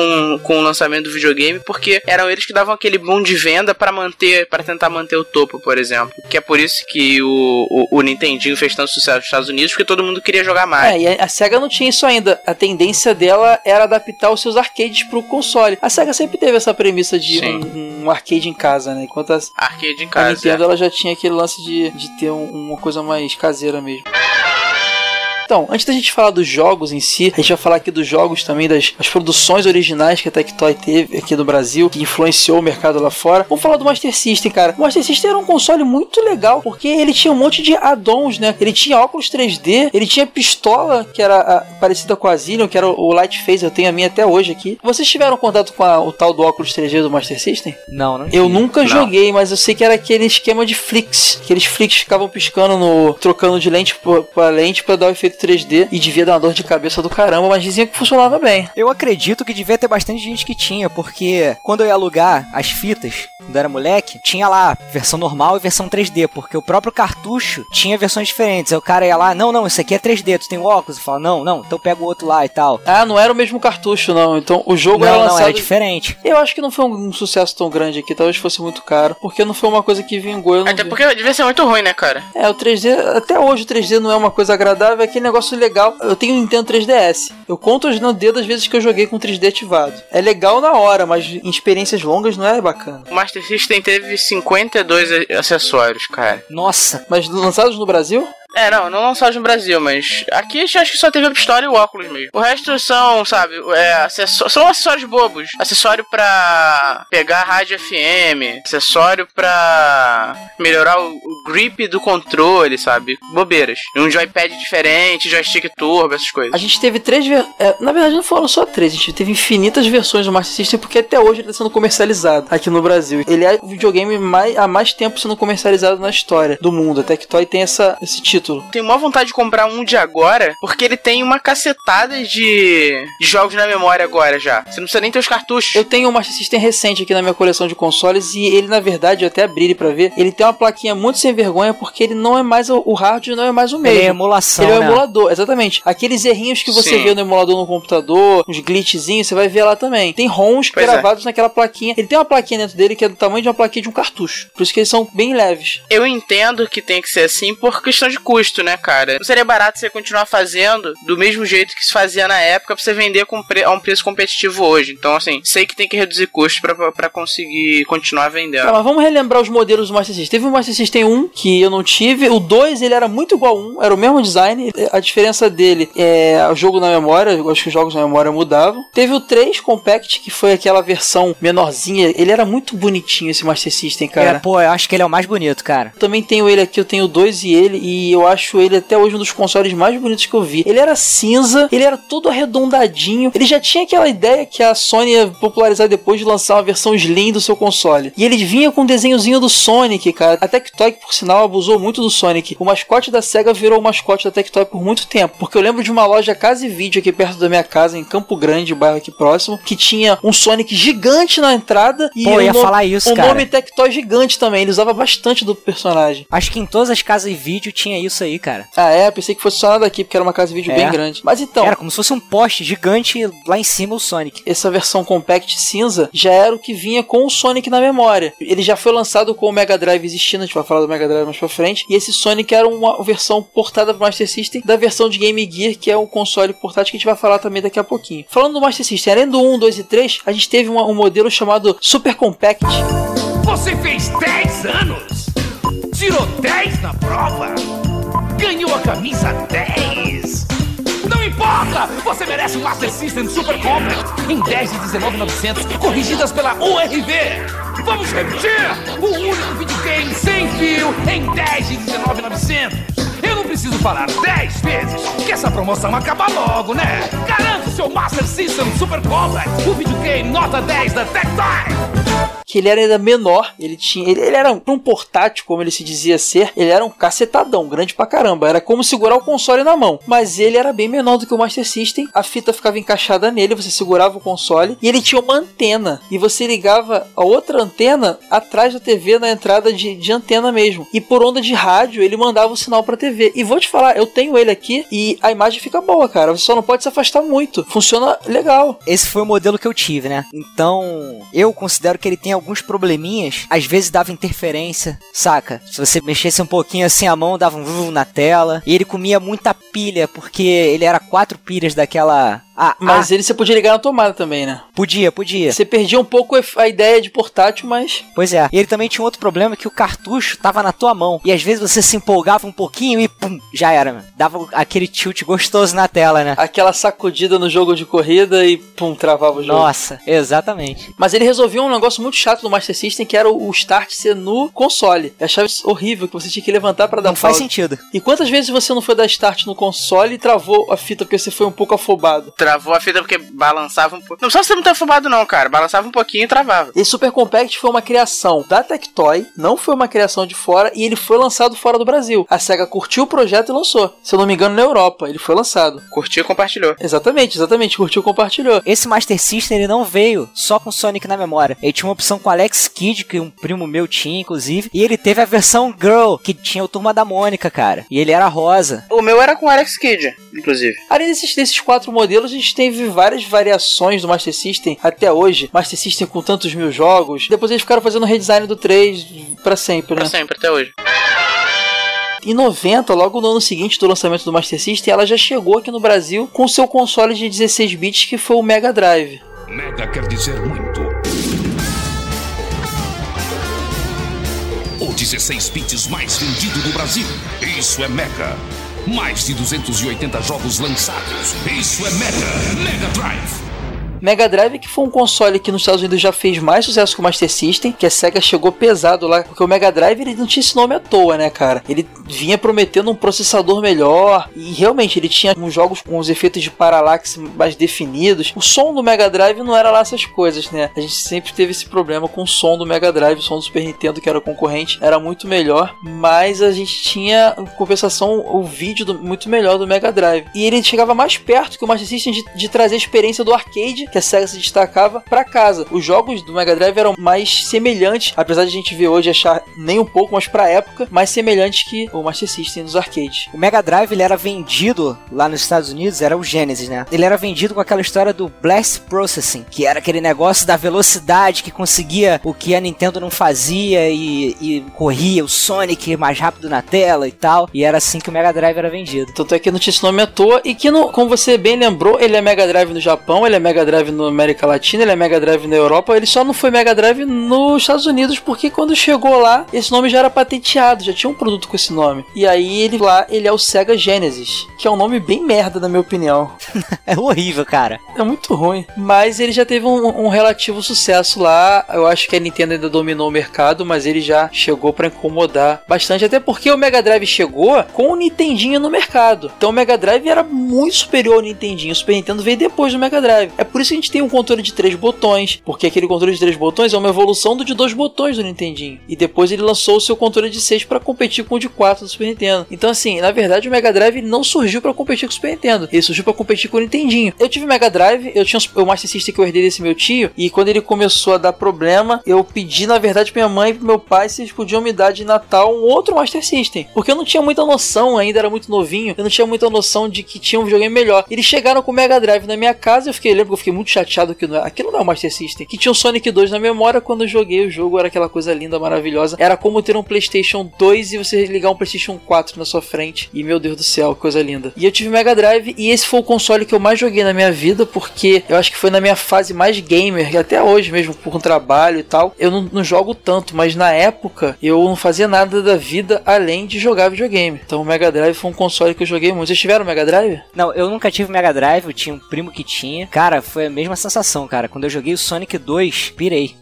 com, com o lançamento do videogame, porque eram eles que davam aquele boom de venda pra manter, para tentar manter o topo, por exemplo. Que é por isso que o, o, o Nintendinho fez tanto sucesso nos Estados Unidos, porque todo mundo queria jogar mais.
É, e a SEGA não tinha isso ainda. A tendência dela era adaptar os seus arcades pro console. A SEGA sempre teve essa premissa de um, um arcade em casa, né? Enquanto as,
arcade em casa,
a Nintendo
é.
ela já tinha aquele lance de, de ter um, uma coisa mais caseira mesmo. Então, antes da gente falar dos jogos em si, a gente vai falar aqui dos jogos também, das, das produções originais que a Tectoy teve aqui no Brasil, que influenciou o mercado lá fora. Vamos falar do Master System, cara. O Master System era um console muito legal, porque ele tinha um monte de add-ons, né? Ele tinha óculos três D, ele tinha pistola, que era a, parecida com a Zillion, que era o, o Light Phase, eu tenho a minha até hoje aqui. Vocês tiveram contato com a, o tal do óculos três D do Master System?
Não, não
Eu nunca
não.
joguei, mas eu sei que era aquele esquema de flicks. Aqueles flicks ficavam piscando, no, trocando de lente pra lente pra dar o efeito três D, e devia dar uma dor de cabeça do caramba, mas diziam que funcionava bem.
Eu acredito que devia ter bastante gente que tinha, porque quando eu ia alugar as fitas, quando eu era moleque, tinha lá versão normal e versão três D, porque o próprio cartucho tinha versões diferentes. Aí o cara ia lá, não, não, isso aqui é três D, tu tem óculos? Eu falo, não, não, então pega o outro lá e tal.
Ah, não era o mesmo cartucho, não. Então o jogo
não,
era
não,
lançado...
era diferente.
Eu acho que não foi um, um sucesso tão grande aqui, talvez fosse muito caro, porque não foi uma coisa que vingou. Eu não
Até
vi.
porque devia ser muito ruim, né, cara?
É, o três D, até hoje o três D não é uma coisa agradável, é aquele negócio legal. Eu tenho um Nintendo três D S. Eu conto no dedo as vezes que eu joguei com três D ativado. É legal na hora, mas em experiências longas não é bacana.
O Master System teve cinquenta e dois acessórios, cara.
Nossa.
Mas lançados no Brasil?
É, não, não lançados no Brasil, mas aqui acho que só teve a pistola e o óculos mesmo. O resto são, sabe, é, acessó- são acessórios bobos. Acessório pra pegar rádio F M, acessório pra melhorar o, o grip do controle, sabe? Bobeiras. Um joypad diferente, joystick turbo, essas coisas.
A gente teve três ver... é, na verdade não foram só três, a gente teve infinitas versões do Master System, porque até hoje ele está sendo comercializado aqui no Brasil. Ele é o videogame mais, há mais tempo sendo comercializado na história do mundo. A Tectoy tem essa, esse título.
Tenho maior vontade de comprar um de agora, porque ele tem uma cacetada de, de jogos na memória agora já. Você não precisa nem ter os cartuchos.
Eu tenho um Master System recente aqui na minha coleção de consoles e ele, na verdade, eu até abri ele pra ver, ele tem uma plaquinha muito sem vergonha porque ele não é mais, o, o hardware não é mais o mesmo.
Ele é emulação,
Ele é um
né?
emulador, exatamente. Aqueles errinhos que você
Sim.
vê no emulador no computador, uns glitchzinhos, você vai ver lá também. Tem ROMs
Pois
gravados é. naquela plaquinha. Ele tem uma plaquinha dentro dele que é do tamanho de uma plaquinha de um cartucho. Por isso que eles são bem leves.
Eu entendo que tem que ser assim por questão de custo, né, cara? Não seria barato você continuar fazendo do mesmo jeito que se fazia na época pra você vender com pre- a um preço competitivo hoje. Então, assim, sei que tem que reduzir custos pra, pra, pra conseguir continuar vendendo.
Tá, mas vamos relembrar os modelos do Master System. Teve o Master System um, que eu não tive. O dois, ele era muito igual ao um, era o mesmo design. A diferença dele é o jogo na memória. Eu acho que os jogos na memória mudavam. Teve o três Compact, que foi aquela versão menorzinha. Ele era muito bonitinho, esse Master System, cara.
É, pô, eu acho que ele é o mais bonito, cara.
Também tenho ele aqui, eu tenho o dois e ele, e eu acho ele até hoje um dos consoles mais bonitos que eu vi. Ele era cinza, ele era todo arredondadinho, ele já tinha aquela ideia que a Sony ia popularizar depois de lançar uma versão Slim do seu console. E ele vinha com um desenhozinho do Sonic, cara. A Tectoy, por sinal, abusou muito do Sonic. O mascote da SEGA virou o mascote da Tectoy por muito tempo, porque eu lembro de uma loja Casa e Vídeo aqui perto da minha casa, em Campo Grande, bairro aqui próximo, que tinha um Sonic gigante na entrada e
Pô, eu ia
o nome,
falar isso,
o
cara.
nome Tectoy gigante também. Ele usava bastante do personagem.
Acho que em todas as casas e vídeo tinha isso aí, cara.
Ah, é? Pensei que fosse só nada aqui, porque era uma casa de vídeo
É.
bem grande. Mas então...
Era como se fosse um poste gigante lá em cima o Sonic.
Essa versão Compact cinza já era o que vinha com o Sonic na memória. Ele já foi lançado com o Mega Drive existindo, a gente vai falar do Mega Drive mais pra frente. E esse Sonic era uma versão portada pro Master System da versão de Game Gear, que é um console portátil que a gente vai falar também daqui a pouquinho. Falando do Master System, além do um, dois e três, a gente teve uma, um modelo chamado Super Compact.
Você fez dez anos? Tirou dez na prova? Ganhou a camisa dez? Não importa! Você merece um Master System Super Compact em dez de dezenove mil e novecentos, corrigidas pela U R V. Vamos repetir! O único videogame sem fio em dez de dezenove mil e novecentos. Eu não preciso falar dez vezes que essa promoção acaba logo, né? Garanta o seu Master System Super Compact, o videogame nota dez da Tectoy.
que ele era ainda menor, ele tinha, ele, ele era um portátil, como ele se dizia ser, ele era um cacetadão, grande pra caramba, era como segurar o console na mão, mas ele era bem menor do que o Master System, a fita ficava encaixada nele, você segurava o console, e ele tinha uma antena, e você ligava a outra antena atrás da T V, na entrada de, de antena mesmo, e por onda de rádio, ele mandava o sinal pra T V, e vou te falar, eu tenho ele aqui, e a imagem fica boa, cara, você só não pode se afastar muito, funciona legal.
Esse foi o modelo que eu tive, né? Então, eu considero que ele tem alguns probleminhas, às vezes dava interferência, saca? Se você mexesse um pouquinho assim a mão, dava um vum na tela, e ele comia muita pilha, porque ele era quatro pilhas daquela... Ah,
mas
ah.
ele você podia ligar na tomada também, né?
Podia, podia.
Você perdia um pouco a ideia de portátil, mas...
Pois é. E ele também tinha um outro problema, que o cartucho tava na tua mão. E às vezes você se empolgava um pouquinho e pum, já era, mano. Dava aquele tilt gostoso na tela, né?
Aquela sacudida no jogo de corrida e pum, travava o jogo.
Nossa, exatamente.
Mas ele resolvia um negócio muito chato do Master System, que era o start ser no console. Eu achava isso horrível, que você tinha que levantar pra dar
Não faz sentido.
E quantas vezes você não foi dar start no console e travou a fita porque você foi um pouco afobado?
Travou a fita porque balançava um pouco. Não precisa ser muito afobado não, cara. Balançava um pouquinho e travava.
Esse Super Compact foi uma criação da Tectoy, não foi uma criação de fora, e ele foi lançado fora do Brasil. A SEGA curtiu o projeto e lançou. Se eu não me engano, na Europa, ele foi lançado.
Curtiu e compartilhou.
Exatamente, exatamente. Curtiu e compartilhou.
Esse Master System, ele não veio só com Sonic na memória. Ele tinha uma opção com Alex Kidd, que um primo meu tinha, inclusive, e ele teve a versão Girl, que tinha o Turma da Mônica, cara. E ele era rosa.
O meu era com Alex Kidd, inclusive.
Além desses, desses quatro modelos, a gente teve várias variações do Master System até hoje. Master System com tantos mil jogos. Depois eles ficaram fazendo redesign do três pra sempre, né?
Pra sempre, até hoje.
Em noventa, logo no ano seguinte do lançamento do Master System, ela já chegou aqui no Brasil com seu console de dezesseis bits, que foi o Mega Drive.
Mega quer dizer muito. O dezesseis bits mais vendido do Brasil. Isso é Mega. Mais de duzentos e oitenta jogos lançados. Isso é Mega. Mega Drive.
Mega Drive, que foi um console que nos Estados Unidos já fez mais sucesso que o Master System, que a SEGA chegou pesado lá, porque o Mega Drive ele não tinha esse nome à toa, né, cara? Ele vinha prometendo um processador melhor, e realmente ele tinha uns jogos com os efeitos de paralaxe mais definidos. O som do Mega Drive não era lá essas coisas, né? A gente sempre teve esse problema com o som do Mega Drive, o som do Super Nintendo, que era concorrente, era muito melhor, mas a gente tinha, em compensação, o vídeo do, muito melhor do Mega Drive. E ele chegava mais perto que o Master System de, de trazer a experiência do arcade, que a SEGA se destacava, pra casa. Os jogos do Mega Drive eram mais semelhantes, apesar de a gente ver hoje achar nem um pouco, mas pra época, mais semelhantes que o Master System nos arcades.
O Mega Drive, ele era vendido lá nos Estados Unidos, era o Genesis, né? Ele era vendido com aquela história do Blast Processing, que era aquele negócio da velocidade que conseguia o que a Nintendo não fazia e, e corria o Sonic mais rápido na tela e tal, e era assim que o Mega Drive era vendido.
Tanto é que não tinha esse nome à toa, e que, no, como você bem lembrou, ele é Mega Drive no Japão, ele é Mega Drive na América Latina, ele é Mega Drive na Europa, ele só não foi Mega Drive nos Estados Unidos, porque quando chegou lá, esse nome já era patenteado, já tinha um produto com esse nome. E aí, ele lá, ele é o Sega Genesis, que é um nome bem merda, na minha opinião.
É horrível, cara.
É muito ruim. Mas ele já teve um, um relativo sucesso lá, eu acho que a Nintendo ainda dominou o mercado, mas ele já chegou pra incomodar bastante, até porque o Mega Drive chegou com o Nintendinho no mercado. Então o Mega Drive era muito superior ao Nintendinho, o Super Nintendo veio depois do Mega Drive. É por isso que a gente tem um controle de três botões, porque aquele controle de três botões é uma evolução do de dois botões do Nintendinho. E depois ele lançou o seu controle de seis para competir com o de quatro do Super Nintendo. Então assim, na verdade o Mega Drive não surgiu para competir com o Super Nintendo, ele surgiu para competir com o Nintendinho. Eu tive o Mega Drive, eu tinha o Master System que eu herdei desse meu tio, e quando ele começou a dar problema, eu pedi na verdade pra minha mãe e pro meu pai se eles podiam me dar de Natal um outro Master System, porque eu não tinha muita noção, ainda era muito novinho, eu não tinha muita noção de que tinha um videogame melhor. Eles chegaram com o Mega Drive na minha casa, eu fiquei, lembro que eu fiquei muito chateado que não é, aquilo não é o Master System, que tinha o Sonic dois na memória. Quando eu joguei o jogo era aquela coisa linda, maravilhosa, era como ter um PlayStation dois e você ligar um PlayStation quatro na sua frente, e meu Deus do céu, que coisa linda. E eu tive Mega Drive, e esse foi o console que eu mais joguei na minha vida, porque eu acho que foi na minha fase mais gamer, até hoje mesmo, por um trabalho e tal, eu não, não jogo tanto, mas na época eu não fazia nada da vida além de jogar videogame. Então o Mega Drive foi um console que eu joguei muito. Vocês tiveram Mega Drive?
Não, eu nunca tive Mega Drive, eu tinha um primo que tinha. Cara, foi a mesma sensação, cara. Quando eu joguei o Sonic dois, pirei.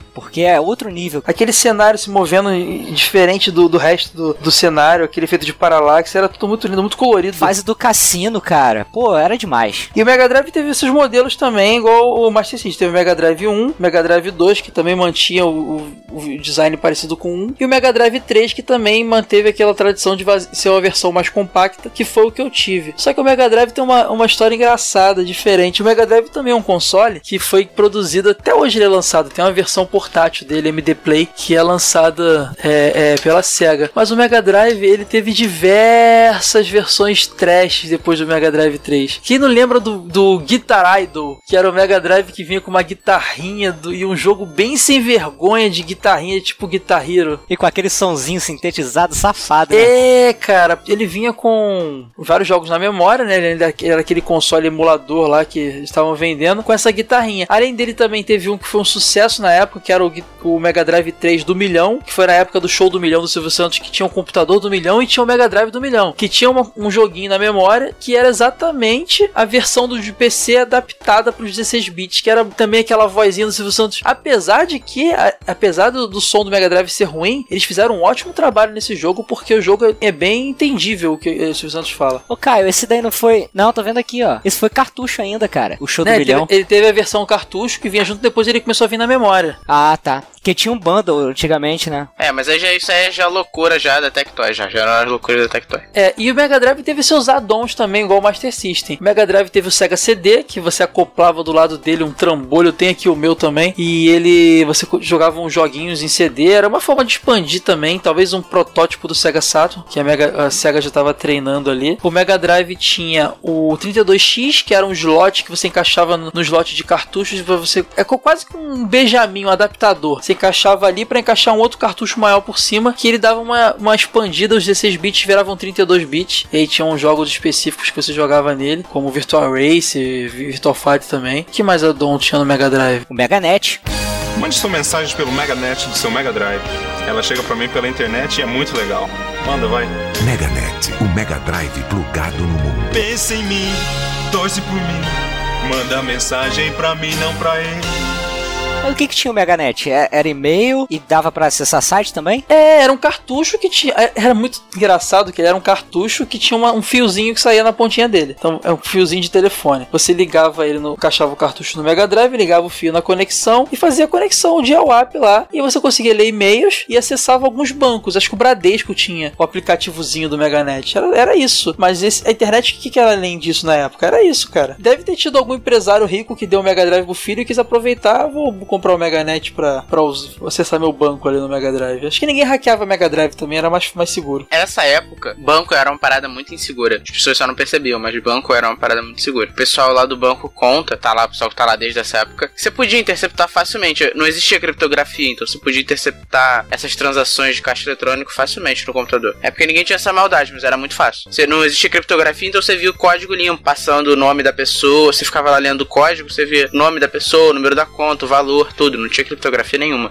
porque é outro nível.
Aquele cenário se movendo diferente do, do resto do, do cenário, aquele efeito de paralaxe, era tudo muito lindo, muito colorido.
Fase do cassino, cara. Pô, era demais.
E o Mega Drive teve esses modelos também, igual o Master System. Teve o Mega Drive um, Mega Drive dois, que também mantinha o, o, o design parecido com um, e o Mega Drive três, que também manteve aquela tradição de ser uma versão mais compacta, que foi o que eu tive. Só que o Mega Drive tem uma, uma história engraçada, diferente. O Mega Drive também é um console que foi produzido, até hoje ele é lançado, tem uma versão portátil dele, M D Play, que é lançada é, é, pela Sega. Mas o Mega Drive, ele teve diversas versões trash depois do Mega Drive três. Quem não lembra do, do Guitar Idol, que era o Mega Drive que vinha com uma guitarrinha do, e um jogo bem sem vergonha de guitarrinha, tipo Guitar Hero.
E com aquele sonzinho sintetizado safado, né?
É, cara, ele vinha com vários jogos na memória, né? Ele era aquele console emulador lá que estavam vendendo com essa guitarrinha. Além dele também teve um que foi um sucesso na época, que era o, o Mega Drive três do milhão, que foi na época do show do milhão do Silvio Santos, que tinha um computador do milhão e tinha o Mega Drive do milhão, que tinha uma, um joguinho na memória que era exatamente a versão do P C adaptada para os dezesseis bits, que era também aquela vozinha do Silvio Santos. Apesar de que, a, apesar do, do som do Mega Drive ser ruim, eles fizeram um ótimo trabalho nesse jogo, porque o jogo é bem entendível o que o Silvio Santos fala.
Ô Caio, esse daí não foi... Não, tô vendo aqui, ó. Esse foi cartucho ainda, cara. O show
né,
do milhão.
Teve, ele teve a versão cartucho que vinha junto, depois ele começou a vir na memória.
Ah, tá. Porque tinha um bundle antigamente, né?
É, mas aí já, isso aí é já loucura já da Tectoy, já. Já era a loucura da Tectoy.
É, e o Mega Drive teve seus add-ons também, igual o Master System. O Mega Drive teve o Sega C D, que você acoplava do lado dele um trambolho, tem aqui o meu também, e ele, você jogava uns joguinhos em C D, era uma forma de expandir também, talvez um protótipo do Sega Saturn, que a, Mega, a Sega já estava treinando ali. O Mega Drive tinha o trinta e dois X, que era um slot que você encaixava no, no slot de cartuchos, pra você, é quase que um Benjamin, um adaptador. Você encaixava ali para encaixar um outro cartucho maior por cima, que ele dava uma, uma expandida, os dezesseis bits viravam trinta e dois bits, e aí tinham jogos específicos que você jogava nele, como Virtua Race, Virtua Fighter também. O que mais add-on tinha no Mega Drive?
O MegaNet.
Mande sua mensagem pelo MegaNet do seu Mega Drive. Ela chega pra mim pela internet e é muito legal. Manda, vai.
MegaNet, o Mega Drive plugado no mundo.
Pensa em mim, torce por mim. Manda mensagem pra mim, não pra ele.
Mas o que que tinha o MegaNet? Era e-mail e dava pra acessar site também?
É, era um cartucho que tinha... Era muito engraçado que ele era um cartucho que tinha uma, um fiozinho que saía na pontinha dele. Então, é um fiozinho de telefone. Você ligava ele, no, encaixava o cartucho no Mega Drive, ligava o fio na conexão e fazia a conexão de A W A P lá. E você conseguia ler e-mails e acessava alguns bancos. Acho que o Bradesco tinha o aplicativozinho do MegaNet. Era, era isso. Mas esse, a internet, o que, que era além disso na época? Era isso, cara. Deve ter tido algum empresário rico que deu o Mega Drive pro filho e quis aproveitar, vou comprar o MegaNet pra, pra acessar meu banco ali no Mega Drive. Acho que ninguém hackeava Mega Drive também, era mais, mais seguro.
Nessa época, banco era uma parada muito insegura. As pessoas só não percebiam, mas banco era uma parada muito segura. O pessoal lá do banco conta, tá lá, o pessoal que tá lá desde essa época, você podia interceptar facilmente. Não existia criptografia, então você podia interceptar essas transações de caixa eletrônico facilmente no computador. É porque ninguém tinha essa maldade, mas era muito fácil. Você não existia criptografia, então você via o código limpo, passando o nome da pessoa, você ficava lá lendo o código, você via o nome da pessoa, o número da conta, o valor, tudo. Não tinha criptografia nenhuma.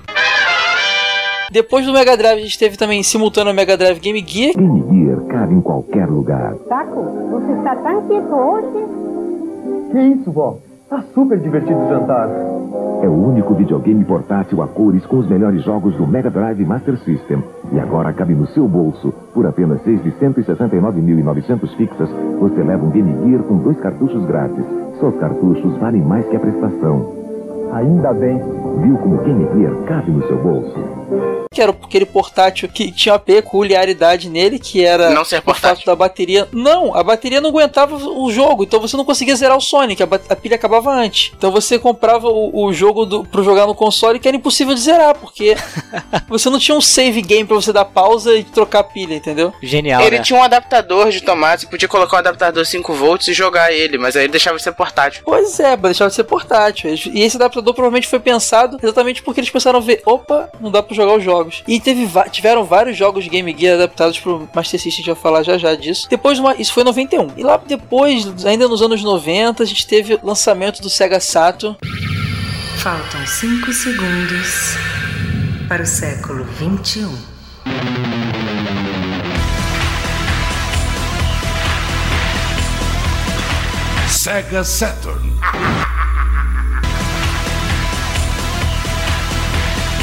Depois do Mega Drive, a gente teve também simultâneo o Mega Drive Game Gear.
Game Gear cabe em qualquer lugar.
Taco, você está tão quieto hoje?
Que isso, vó? Tá super divertido o jantar.
É o único videogame portátil a cores com os melhores jogos do Mega Drive Master System. E agora cabe no seu bolso. Por apenas seis de cento e sessenta e nove mil e novecentos fixas, você leva um Game Gear com dois cartuchos grátis. Só os cartuchos valem mais que a prestação.
Ainda bem.
Viu como o Game Gear cabe no seu bolso?
Que era aquele portátil que tinha uma peculiaridade nele, que era
não ser portátil.
O fato da bateria. Não, a bateria não aguentava o jogo, então você não conseguia zerar o Sonic, a, a pilha acabava antes. Então você comprava o, o jogo do, pra jogar no console, que era impossível de zerar, porque você não tinha um save game pra você dar pausa e trocar a pilha, entendeu?
Genial,
Ele
né?
tinha um adaptador de tomada, você podia colocar um adaptador cinco volts e jogar ele, mas aí ele deixava de ser portátil.
Pois é, deixava de ser portátil. E esse adaptador provavelmente foi pensado exatamente porque eles pensaram ver, opa, não dá pra jogar os jogos. E teve, tiveram vários jogos de Game Gear adaptados pro Master System, a gente vai falar já já disso. Depois, isso foi em noventa e um. E lá depois, ainda nos anos noventa, a gente teve o lançamento do Sega Saturn.
Faltam cinco segundos para o século vinte e um.
Sega Saturn.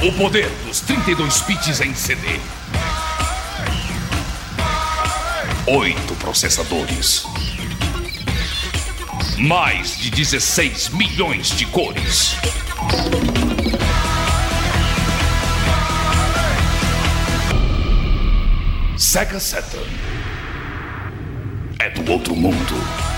O poder dos trinta e dois bits em C D. Oito processadores. Mais de dezesseis milhões de cores. Sega Saturn é do outro mundo.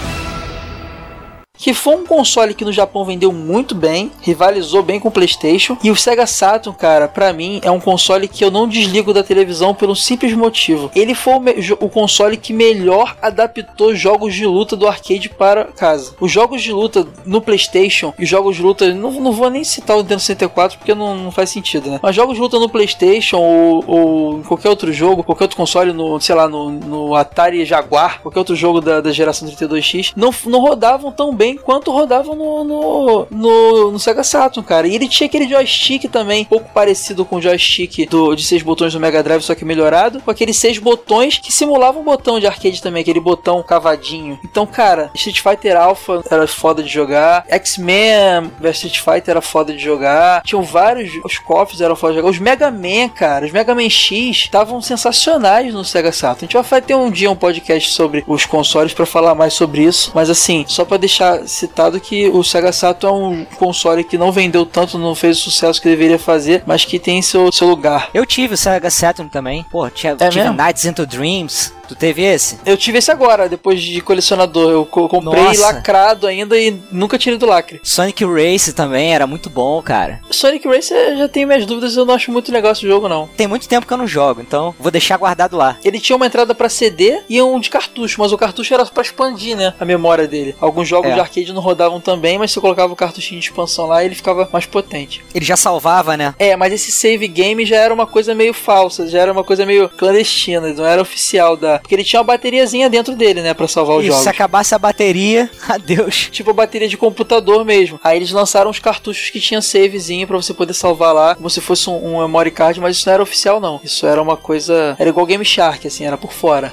Que foi um console que no Japão vendeu muito bem, rivalizou bem com o PlayStation. E o Sega Saturn, cara, pra mim é um console que eu não desligo da televisão pelo simples motivo. Ele foi o, me- o console que melhor adaptou jogos de luta do arcade para casa. Os jogos de luta no PlayStation e os jogos de luta, não, não vou nem citar o Nintendo sessenta e quatro porque não, não faz sentido, né? Mas jogos de luta no PlayStation ou, ou em qualquer outro jogo, qualquer outro console, no, sei lá, no, no Atari Jaguar, qualquer outro jogo da, da geração trinta e dois X, não, não rodavam tão bem quanto rodavam no, no, no, no Sega Saturn, cara. E ele tinha aquele joystick também, um pouco parecido com o joystick do, de seis botões do Mega Drive, só que melhorado, com aqueles seis botões que simulavam um botão de arcade também, aquele botão cavadinho. Então, cara, Street Fighter Alpha era foda de jogar, X-Men versus Street Fighter era foda de jogar, tinham vários, os K O Fs eram foda de jogar, os Mega Man, cara, os Mega Man X estavam sensacionais no Sega Saturn. A gente vai ter um dia um podcast sobre os consoles pra falar mais sobre isso, mas assim, só pra deixar citado que o Sega Saturn é um console que não vendeu tanto, não fez o sucesso que deveria fazer, mas que tem seu, seu lugar.
Eu tive o Sega Saturn também. Pô, tinha,
É
tive
mesmo?
Nights into Dreams. Tu teve esse?
Eu tive esse agora, depois de colecionador. Eu co- comprei
Nossa.
lacrado ainda e nunca tirei do lacre.
Sonic Race também era muito bom, cara.
Sonic Race eu já tenho minhas dúvidas, eu não acho muito legal esse jogo, não.
Tem muito tempo que eu não jogo, então vou deixar guardado lá.
Ele tinha uma entrada pra C D e um de cartucho, mas o cartucho era pra expandir, né, a memória dele. Alguns jogos
É.
de arcade não rodavam também, mas se eu colocava o cartuchinho de expansão lá, ele ficava mais potente.
Ele já salvava, né?
É, mas esse save game já era uma coisa meio falsa, já era uma coisa meio clandestina, não era oficial da... Porque ele tinha uma bateriazinha dentro dele, né, pra salvar os
E
jogos.
se acabasse a bateria, adeus.
Tipo a bateria de computador mesmo. Aí eles lançaram os cartuchos que tinha savezinho pra você poder salvar lá, como se fosse um, um memory card, mas isso não era oficial não. Isso era uma coisa... Era igual Game Shark, assim, era por fora.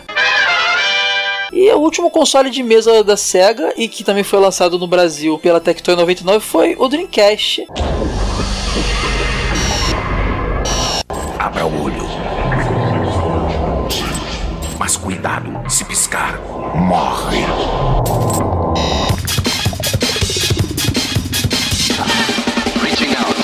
E o último console de mesa da Sega, e que também foi lançado no Brasil pela Tectoy noventa e nove, foi o Dreamcast.
Abra o olho. Mas cuidado, se piscar, morre.
Reaching out.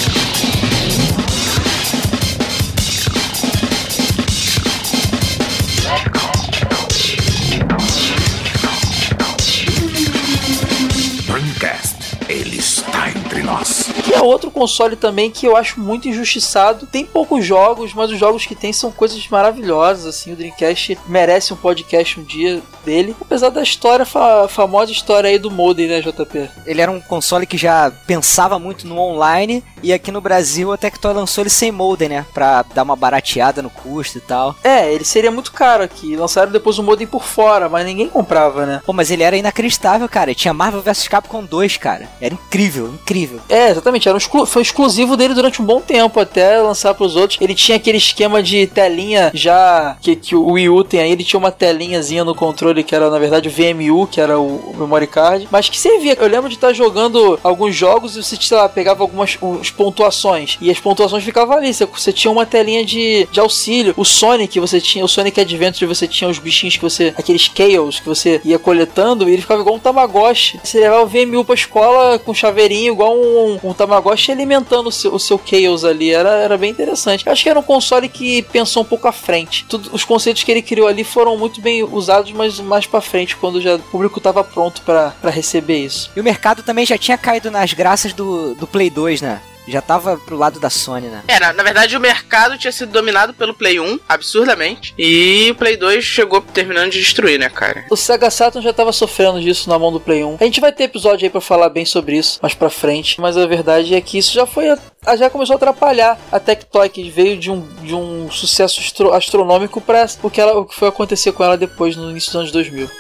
Dreamcast, ele está entre nós.
Que é outro console também que eu acho muito injustiçado. Tem poucos jogos, mas os jogos que tem são coisas maravilhosas, assim. O Dreamcast merece um podcast um dia dele. Apesar da história, fa famosa história aí do modem, né, J P?
Ele era um console que já pensava muito no online, e aqui no Brasil a Tectoy lançou ele sem modem, né? Pra dar uma barateada no custo e tal.
É, ele seria muito caro aqui. Lançaram depois o modem por fora, mas ninguém comprava, né?
Pô, mas ele era inacreditável, cara. Ele tinha Marvel versus. Capcom dois, cara. Era incrível, incrível.
É, exatamente. Era um exclu foi exclusivo dele durante um bom tempo, até lançar pros outros. Ele tinha aquele esquema de telinha já que, que o Wii U tem aí. Ele tinha uma telinhazinha no controle que era, na verdade, o V M U, que era o, o memory card, mas que servia. Eu lembro de estar jogando alguns jogos e você, sei lá, pegava algumas uns pontuações e as pontuações ficavam ali. Você, você tinha uma telinha de, de auxílio. O Sonic, você tinha o Sonic Adventure, você tinha os bichinhos que você, aqueles Chaos que você ia coletando, e ele ficava igual um Tamagotchi. Você levava o V M U pra escola com chaveirinho, igual um, um Tamagotchi, alimentando o seu, o seu Chaos ali. Era, era bem interessante. Eu acho que era um console que pensou um pouco à frente. Tudo, os conceitos que ele criou ali foram muito bem usados, mas mais pra frente, quando já o público tava pronto pra, pra receber isso.
E o mercado também já tinha caído nas graças do, do Play dois, né? Já tava pro lado da Sony, né?
É, na, na verdade o mercado tinha sido dominado pelo Play um, absurdamente, e o Play dois chegou terminando de destruir, né, cara?
O Sega Saturn já tava sofrendo disso na mão do Play um. A gente vai ter episódio aí pra falar bem sobre isso mais pra frente, mas a verdade é que isso já foi... A, já começou a atrapalhar a Tectoy, que veio de um, de um sucesso astro, astronômico pra o que, ela, o que foi acontecer com ela depois, no início dos anos dois mil.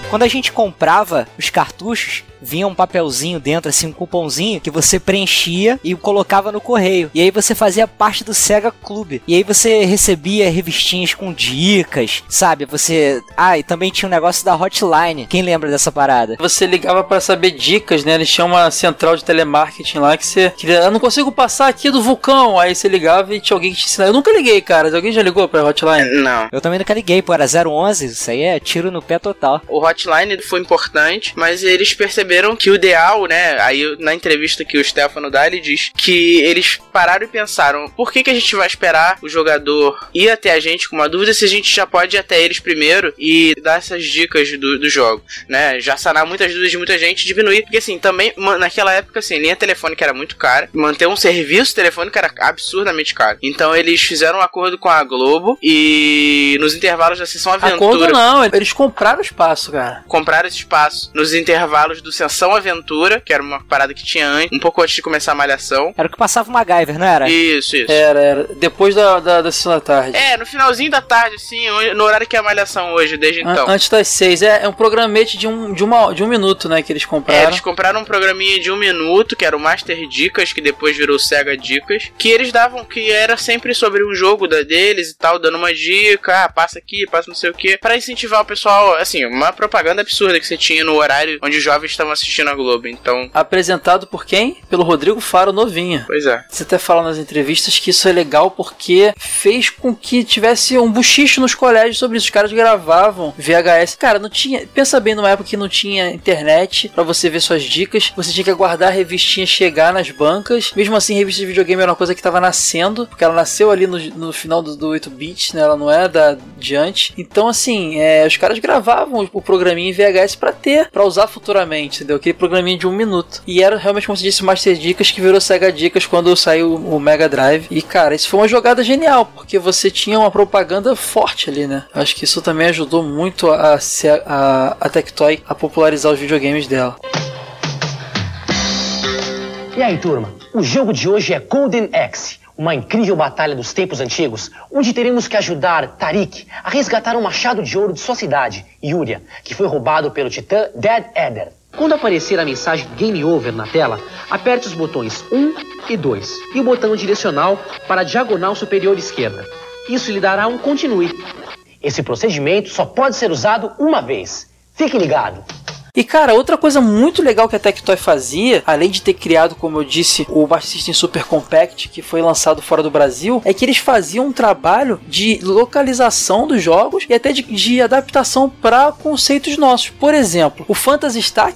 Quando a gente comprava os cartuchos, vinha um papelzinho dentro, assim, um cupomzinho que você preenchia e colocava no correio. E aí você fazia parte do Sega Club. E aí você recebia revistinhas com dicas, sabe? Você... Ah, e também tinha um negócio da Hotline. Quem lembra dessa parada?
Você ligava pra saber dicas, né? Eles tinham uma central de telemarketing lá que você... queria, eu não consigo passar aqui do vulcão. Aí você ligava e tinha alguém que te ensinava. Eu nunca liguei, cara. Alguém já ligou pra Hotline?
Não.
Eu também nunca liguei, pô. Era zero onze. Isso aí é tiro no pé total.
O Hotline foi importante, mas eles perceberam que o ideal, né, aí na entrevista que o Stefano dá, ele diz que eles pararam e pensaram, por que que a gente vai esperar o jogador ir até a gente com uma dúvida se a gente já pode ir até eles primeiro e dar essas dicas do, dos jogos, né, já sanar muitas dúvidas de muita gente, diminuir, porque assim, também, naquela época, assim, linha telefônica era muito cara, manter um serviço telefônico era absurdamente caro, então eles fizeram um acordo com a Globo e nos intervalos da sessão Aventura...
Acordo não, eles compraram o espaço, cara.
Compraram esse espaço nos intervalos do Sessão Aventura, que era uma parada que tinha antes, um pouco antes de começar a Malhação.
Era o que passava o MacGyver, não era?
Isso, isso.
Era, era. Depois da, da, da sessão da tarde.
É, no finalzinho da tarde, assim, no horário que é a Malhação hoje, desde então.
An- antes das seis. É, é um programete de um, de, uma, de um minuto, né, que eles compraram.
É, eles compraram um programinha de um minuto, que era o Master Dicas, que depois virou o Sega Dicas, que eles davam, que era sempre sobre um jogo da deles e tal, dando uma dica, ah, passa aqui, passa não sei o que, pra incentivar o pessoal, assim, uma propaganda absurda que você tinha no horário onde os jovens estavam assistindo a Globo, então...
Apresentado por quem? Pelo Rodrigo Faro novinho.
Pois é.
Você até fala nas entrevistas que isso é legal porque fez com que tivesse um buchicho nos colégios sobre isso. Os caras gravavam V H S. Cara, não tinha... Pensa bem numa época que não tinha internet pra você ver suas dicas. Você tinha que aguardar a revistinha chegar nas bancas. Mesmo assim, a revista de videogame era uma coisa que tava nascendo, porque ela nasceu ali no, no final do, do oito bits, né? Ela não é da diante. Então, assim, é, os caras gravavam o, o programinha em V H S pra ter, pra usar futuramente, entendeu? Aquele programinha de um minuto. E era realmente, como se disse, Master Dicas, que virou Sega Dicas quando saiu o Mega Drive. E, cara, isso foi uma jogada genial, porque você tinha uma propaganda forte ali, né? Acho que isso também ajudou muito a, a, a Tectoy a popularizar os videogames dela.
E aí, turma? O jogo de hoje é Golden Axe, uma incrível batalha dos tempos antigos, onde teremos que ajudar Tariq a resgatar um machado de ouro de sua cidade, Yuria, que foi roubado pelo titã Dead Eder. Quando aparecer a mensagem Game Over na tela, aperte os botões um e dois e o botão direcional para a diagonal superior esquerda. Isso lhe dará um continue. Esse procedimento só pode ser usado uma vez. Fique ligado!
E, cara, outra coisa muito legal que a Tectoy fazia, além de ter criado, como eu disse, o Master System Super Compact, que foi lançado fora do Brasil, é que eles faziam um trabalho de localização dos jogos e até de, de adaptação para conceitos nossos. Por exemplo, o Phantasy Star...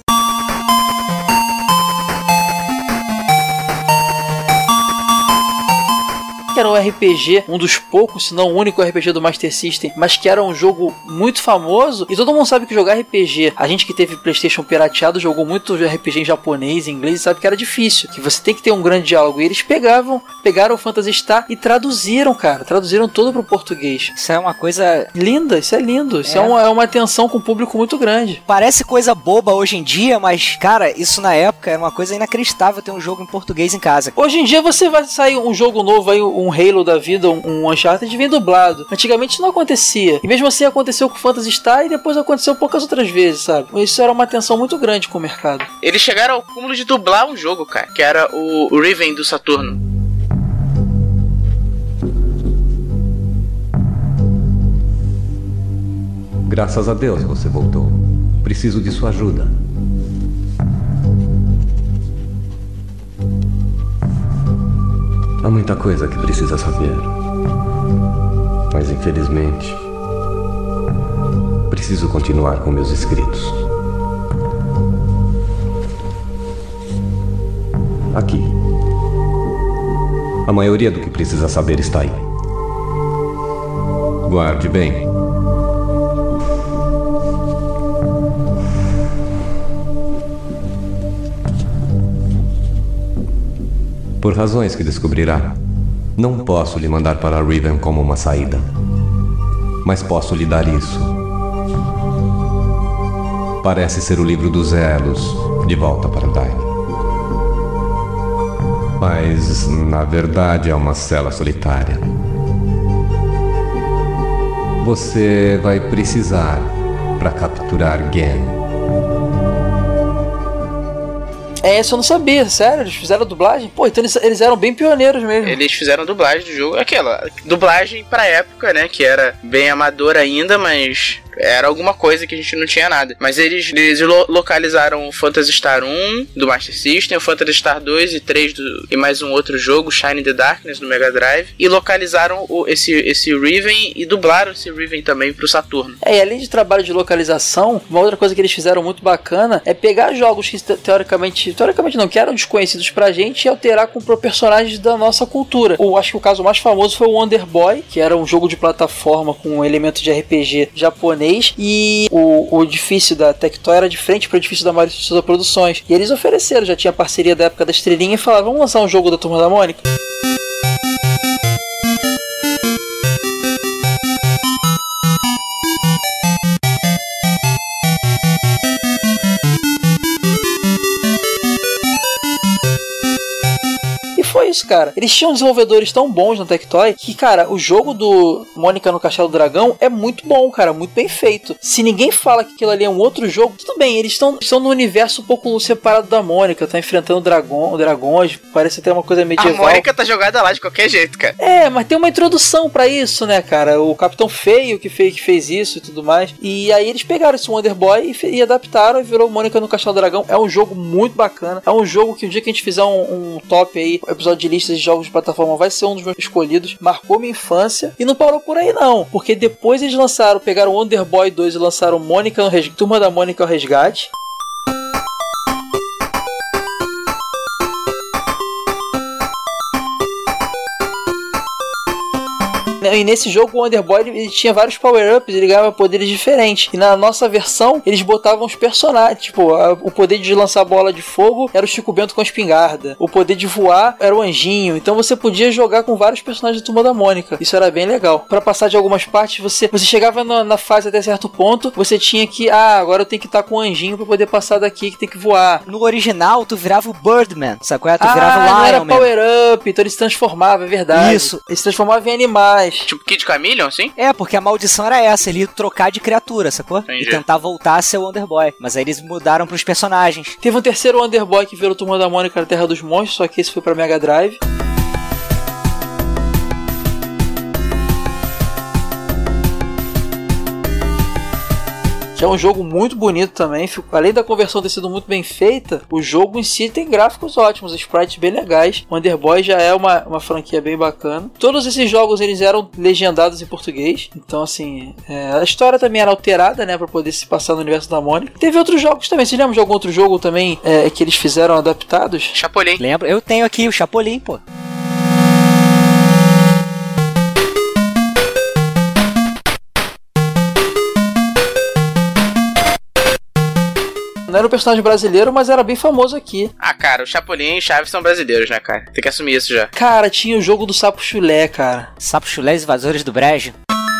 que era um R P G, um dos poucos, se não o único R P G do Master System, mas que era um jogo muito famoso, e todo mundo sabe que jogar R P G, a gente que teve PlayStation pirateado, jogou muito R P G em japonês, em inglês, sabe que era difícil, que você tem que ter um grande diálogo, e eles pegavam, pegaram o Phantasy Star e traduziram, cara, traduziram todo pro português.
Isso é uma coisa...
linda, isso é lindo, isso é, é, uma, é uma atenção com um público muito grande.
Parece coisa boba hoje em dia, mas, cara, isso na época era uma coisa inacreditável ter um jogo em português em casa.
Hoje em dia você vai sair um jogo novo aí, um Halo da vida, um Uncharted, vem dublado. Antigamente isso não acontecia. E mesmo assim aconteceu com o Phantasy Star e depois aconteceu poucas outras vezes, sabe? Isso era uma atenção muito grande com o mercado.
Eles chegaram ao cúmulo de dublar um jogo, cara, que era o, o Riven do Saturno.
Graças a Deus você voltou. Preciso de sua ajuda. Há muita coisa que precisa saber. Mas infelizmente, preciso continuar com meus escritos. Aqui. A maioria do que precisa saber está aí. Guarde bem. Por razões que descobrirá, não posso lhe mandar para Riven como uma saída. Mas posso lhe dar isso. Parece ser o livro dos Elos, de volta para Dyne. Mas, na verdade, é uma cela solitária. Você vai precisar para capturar. capturar Gen.
É, isso eu não sabia, sério, eles fizeram a dublagem? Pô, então eles, eles eram bem pioneiros mesmo.
Eles fizeram a dublagem do jogo, aquela dublagem pra época, né, que era bem amadora ainda, mas era alguma coisa que a gente não tinha nada. Mas eles, eles lo- localizaram o Phantasy Star um do Master System, o Phantasy Star dois e três do, e mais um outro jogo, Shine in the Darkness do Mega Drive, e localizaram o, esse, esse Riven e dublaram esse Riven também pro Saturno.
É, e além de trabalho de localização, uma outra coisa que eles fizeram muito bacana é pegar jogos que te- teoricamente, teoricamente não, que eram desconhecidos pra gente e alterar com personagens da nossa cultura. Eu acho que o caso mais famoso foi o Wonder Boy, que era um jogo de plataforma com um elemento de R P G japonês, e o, o edifício da Tectoy era de frente para o edifício da Mario Souza Produções. E eles ofereceram, já tinha parceria da época da Estrelinha, e falaram, vamos lançar um jogo da Turma da Mônica? Foi isso, cara. Eles tinham desenvolvedores tão bons na Tectoy que, cara, o jogo do Mônica no Castelo do Dragão é muito bom, cara, muito bem feito. Se ninguém fala que aquilo ali é um outro jogo, tudo bem, eles estão estão num universo um pouco separado da Mônica, tá enfrentando dragão, dragões, parece até uma coisa medieval.
A Mônica tá jogada lá de qualquer jeito, cara.
É, mas tem uma introdução pra isso, né, cara? O Capitão Feio que fez, que fez isso e tudo mais. E aí eles pegaram esse Wonder Boy e, fe- e adaptaram e virou Mônica no Castelo do Dragão. É um jogo muito bacana. É um jogo que um dia que a gente fizer um, um top aí, episódio de listas de jogos de plataforma, vai ser um dos meus escolhidos. Marcou minha infância e não parou por aí não, porque depois eles lançaram, pegaram o Wonder Boy dois e lançaram Mônica no Resgate, Turma da Mônica ao Resgate. E nesse jogo o Wonder Boy ele, ele tinha vários power-ups, ele ganhava poderes diferentes. E na nossa versão eles botavam os personagens. Tipo, a, o poder de lançar bola de fogo era o Chico Bento com a espingarda. O poder de voar era o Anjinho. Então você podia jogar com vários personagens da Turma da Mônica. Isso era bem legal. Pra passar de algumas partes, você, você chegava na, na fase até certo ponto, você tinha que, ah, agora eu tenho que estar com o Anjinho pra poder passar daqui, que tem que voar.
No original, tu virava o Birdman, sacou? Tu
ah,
virava o Lion
não era
Man.
power-up, então ele se transformava, é verdade.
Isso.
Ele se transformava em animais.
Tipo Kid Chameleon, assim?
É, porque a maldição era essa, ele ia trocar de criatura, sacou?
Entendi.
E tentar voltar a ser o Wonder Boy. Mas aí eles mudaram pros personagens.
Teve um terceiro Wonder Boy que virou Turma da Mônica na Terra dos Monstros, só que esse foi pra Mega Drive. Que é um jogo muito bonito também. Além da conversão ter sido muito bem feita, o jogo em si tem gráficos ótimos, sprites bem legais. Wonder Boy já é uma, uma franquia bem bacana. Todos esses jogos eles eram legendados em português. Então, assim, é, a história também era alterada, né, pra poder se passar no universo da Mônica. Teve outros jogos também. Vocês lembram de algum outro jogo também é, que eles fizeram adaptados?
Chapolin.
Lembro? Eu tenho aqui o Chapolin, pô.
Não era um personagem brasileiro, mas era bem famoso aqui.
Ah, cara, o Chapolin e Chaves são brasileiros, né, cara? Tem que assumir isso já.
Cara, tinha o jogo do Sapo Chulé, cara.
Sapo Chulé e os Invasores do Brejo.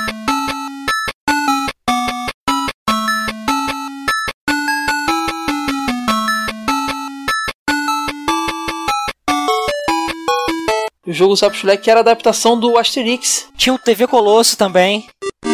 O jogo do Sapo Chulé que era a adaptação do Asterix.
Tinha o T V Colosso também.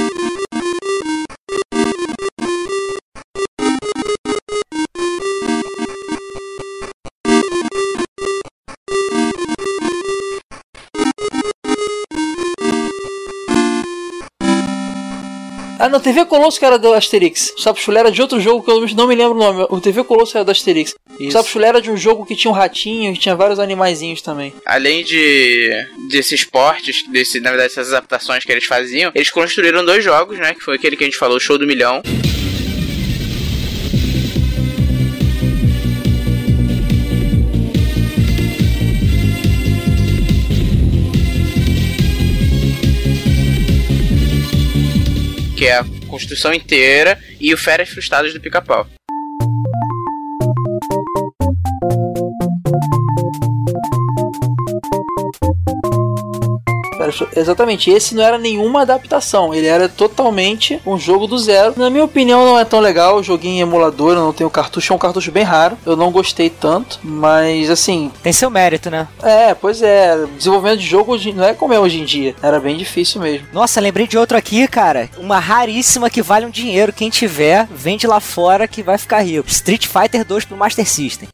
Ah, não, T V Colosso que era do Asterix. O Sapo Chulé era de outro jogo que eu não me lembro o nome. O T V Colosso era do Asterix. Isso. O Sapo Chulé era de um jogo que tinha um ratinho e tinha vários animaizinhos também.
Além de desses portes, desse, na verdade, essas adaptações que eles faziam, eles construíram dois jogos, né? Que foi aquele que a gente falou, o Show do Milhão. Que é a construção inteira, e o Férias Frustradas do Pica-Pau.
Férias Exatamente, esse não era nenhuma adaptação, ele era totalmente um jogo do zero. Na minha opinião não é tão legal, eu joguei em emulador, eu não tenho cartucho, é um cartucho bem raro, eu não gostei tanto, mas assim...
Tem seu mérito, né?
É, pois é, desenvolvimento de jogo hoje, não é como é hoje em dia, era bem difícil mesmo.
Nossa, lembrei de outro aqui, cara, uma raríssima que vale um dinheiro, quem tiver, vende lá fora que vai ficar rico. Street Fighter dois pro Master System.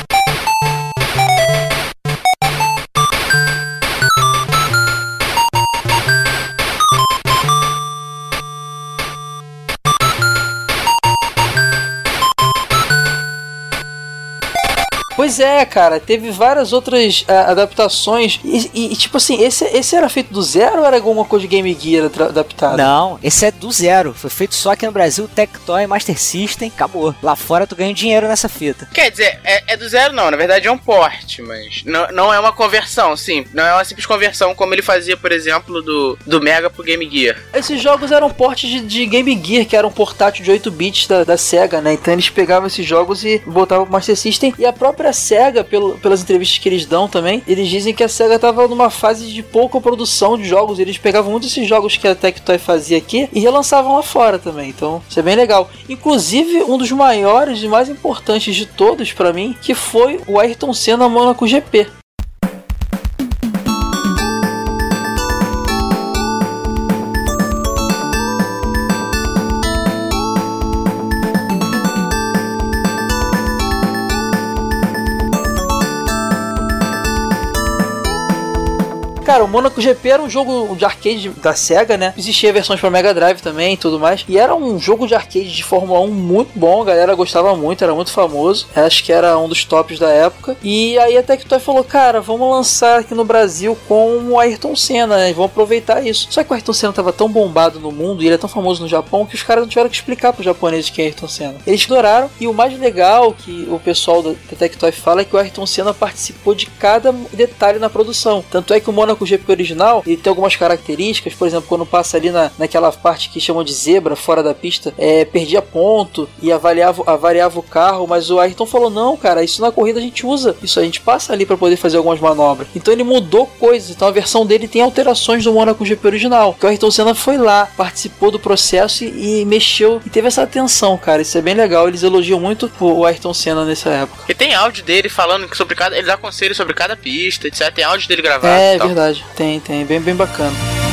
Pois é, cara, teve várias outras uh, adaptações e, e, e, tipo assim, esse, esse era feito do zero ou era alguma coisa de Game Gear adaptada?
Não, esse é do zero, foi feito só aqui no Brasil, Tectoy, Master System, acabou. Lá fora tu ganha dinheiro nessa fita.
Quer dizer, é, é do zero não, na verdade é um port, mas não, não é uma conversão, sim, não é uma simples conversão como ele fazia, por exemplo, do, do Mega pro Game Gear.
Esses jogos eram portes de, de Game Gear, que era um portátil de oito bits da, da Sega, né, então eles pegavam esses jogos e botavam pro Master System, e a própria Sega, pelo, pelas entrevistas que eles dão também, eles dizem que a Sega tava numa fase de pouca produção de jogos, eles pegavam muitos desses jogos que a Tectoy fazia aqui e relançavam lá fora também, então isso é bem legal. Inclusive, um dos maiores e mais importantes de todos pra mim, que foi o Ayrton Senna Monaco G P. Cara, o Monaco G P era um jogo de arcade da Sega, né? Existia versões pra Mega Drive também e tudo mais. E era um jogo de arcade de Fórmula um muito bom, a galera gostava muito, era muito famoso. Acho que era um dos tops da época. E aí a Tectoy falou, cara, vamos lançar aqui no Brasil com o Ayrton Senna, né? Vamos aproveitar isso. Só que o Ayrton Senna tava tão bombado no mundo e ele é tão famoso no Japão que os caras não tiveram que explicar pros japoneses quem é Ayrton Senna. Eles exploraram e o mais legal que o pessoal da Tectoy fala é que o Ayrton Senna participou de cada detalhe na produção. Tanto é que o Monaco O G P original, ele tem algumas características, por exemplo, quando passa ali na, naquela parte que chamam de zebra, fora da pista, é, perdia ponto e avaliava, avariava o carro, mas o Ayrton falou, não, cara, isso na corrida a gente usa, isso a gente passa ali pra poder fazer algumas manobras. Então ele mudou coisas, então a versão dele tem alterações do Monaco G P original, que o Ayrton Senna foi lá, participou do processo e, e mexeu, e teve essa atenção, cara, isso é bem legal, eles elogiam muito o Ayrton Senna nessa época.
E tem áudio dele falando sobre cada, ele dá conselhos sobre cada pista, etcétera, tem áudio dele gravado.
É, verdade. Tem, tem, bem, bem bacana.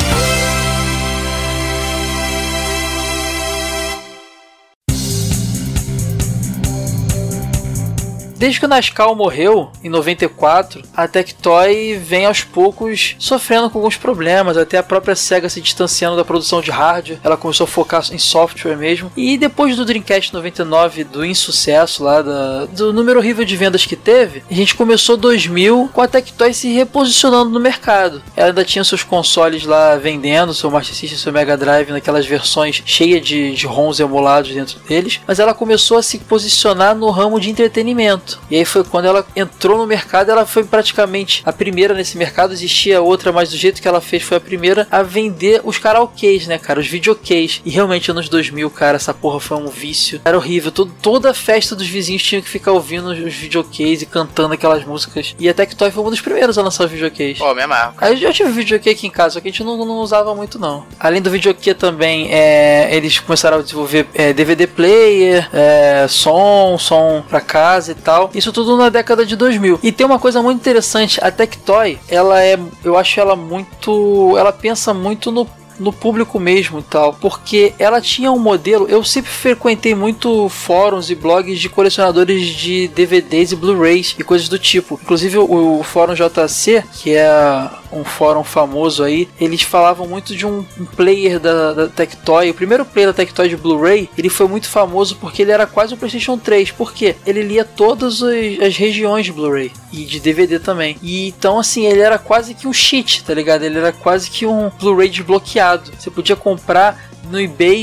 Desde que o Nescau morreu, em noventa e quatro, a Tectoy vem aos poucos sofrendo com alguns problemas, até a própria Sega se distanciando da produção de hardware, ela começou a focar em software mesmo, e depois do Dreamcast noventa e nove, do insucesso lá, da, do número horrível de vendas que teve, a gente começou dois mil com a Tectoy se reposicionando no mercado. Ela ainda tinha seus consoles lá vendendo, seu Master System, seu Mega Drive, naquelas versões cheias de, de ROMs emulados dentro deles, mas ela começou a se posicionar no ramo de entretenimento. E aí foi quando ela entrou no mercado, ela foi praticamente a primeira nesse mercado, existia outra, mas do jeito que ela fez foi a primeira a vender os karaokês, né, cara, os videokês. E realmente anos dois mil, cara, essa porra foi um vício, era horrível, todo, toda a festa dos vizinhos tinha que ficar ouvindo os videokês e cantando aquelas músicas. E a Tectoy foi um dos primeiros a lançar os videokês.
Pô, me amarro.
Aí eu tive videokê aqui em casa, só que a gente não, não usava muito não. Além do videokê também, é, eles começaram a desenvolver é, D V D player, é, som, som pra casa e tal. Isso tudo na década de dois mil. E tem uma coisa muito interessante, a Tectoy, ela é, eu acho ela muito, ela pensa muito no no público mesmo e tal, porque ela tinha um modelo, eu sempre frequentei muito fóruns e blogs de colecionadores de D V Ds e Blu-rays e coisas do tipo, inclusive o, o fórum J C, que é um fórum famoso aí, eles falavam muito de um, um player da, da Tectoy, o primeiro player da Tectoy de Blu-ray, ele foi muito famoso porque ele era quase o PlayStation três, porque ele lia todas as, as regiões de Blu-ray e de D V D também, e então assim, ele era quase que um cheat, tá ligado? Ele era quase que um Blu-ray desbloqueado. Você podia comprar no eBay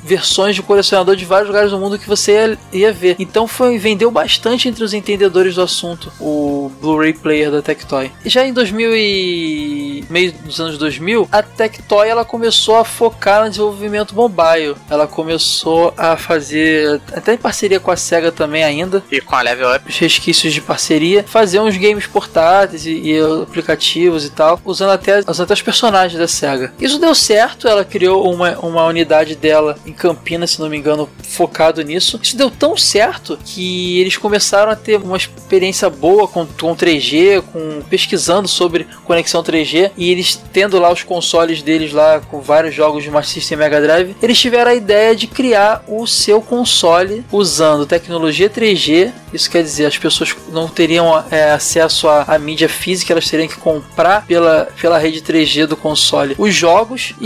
versões de colecionador de vários lugares do mundo que você ia, ia ver. Então foi, vendeu bastante entre os entendedores do assunto, o Blu-ray Player da Tectoy. Já em dois mil e... meio dos anos dois mil, a Tectoy ela começou a focar no desenvolvimento mobile. Ela começou a fazer, até em parceria com a Sega também ainda,
e com a Level Up,
os resquícios de parceria, fazer uns games portáteis e, e aplicativos e tal, usando até, usando até os personagens da Sega. Isso deu certo, ela criou uma, uma unidade dela em Campinas, se não me engano, focado nisso. Isso deu tão certo que eles começaram a ter uma experiência boa com, com três G, com, pesquisando sobre conexão três G, e eles tendo lá os consoles deles lá com vários jogos de Master System e Mega Drive, eles tiveram a ideia de criar o seu console usando tecnologia três G. Isso quer dizer, as pessoas não teriam é, acesso à, à mídia física, elas teriam que comprar pela, pela rede três G do console os jogos,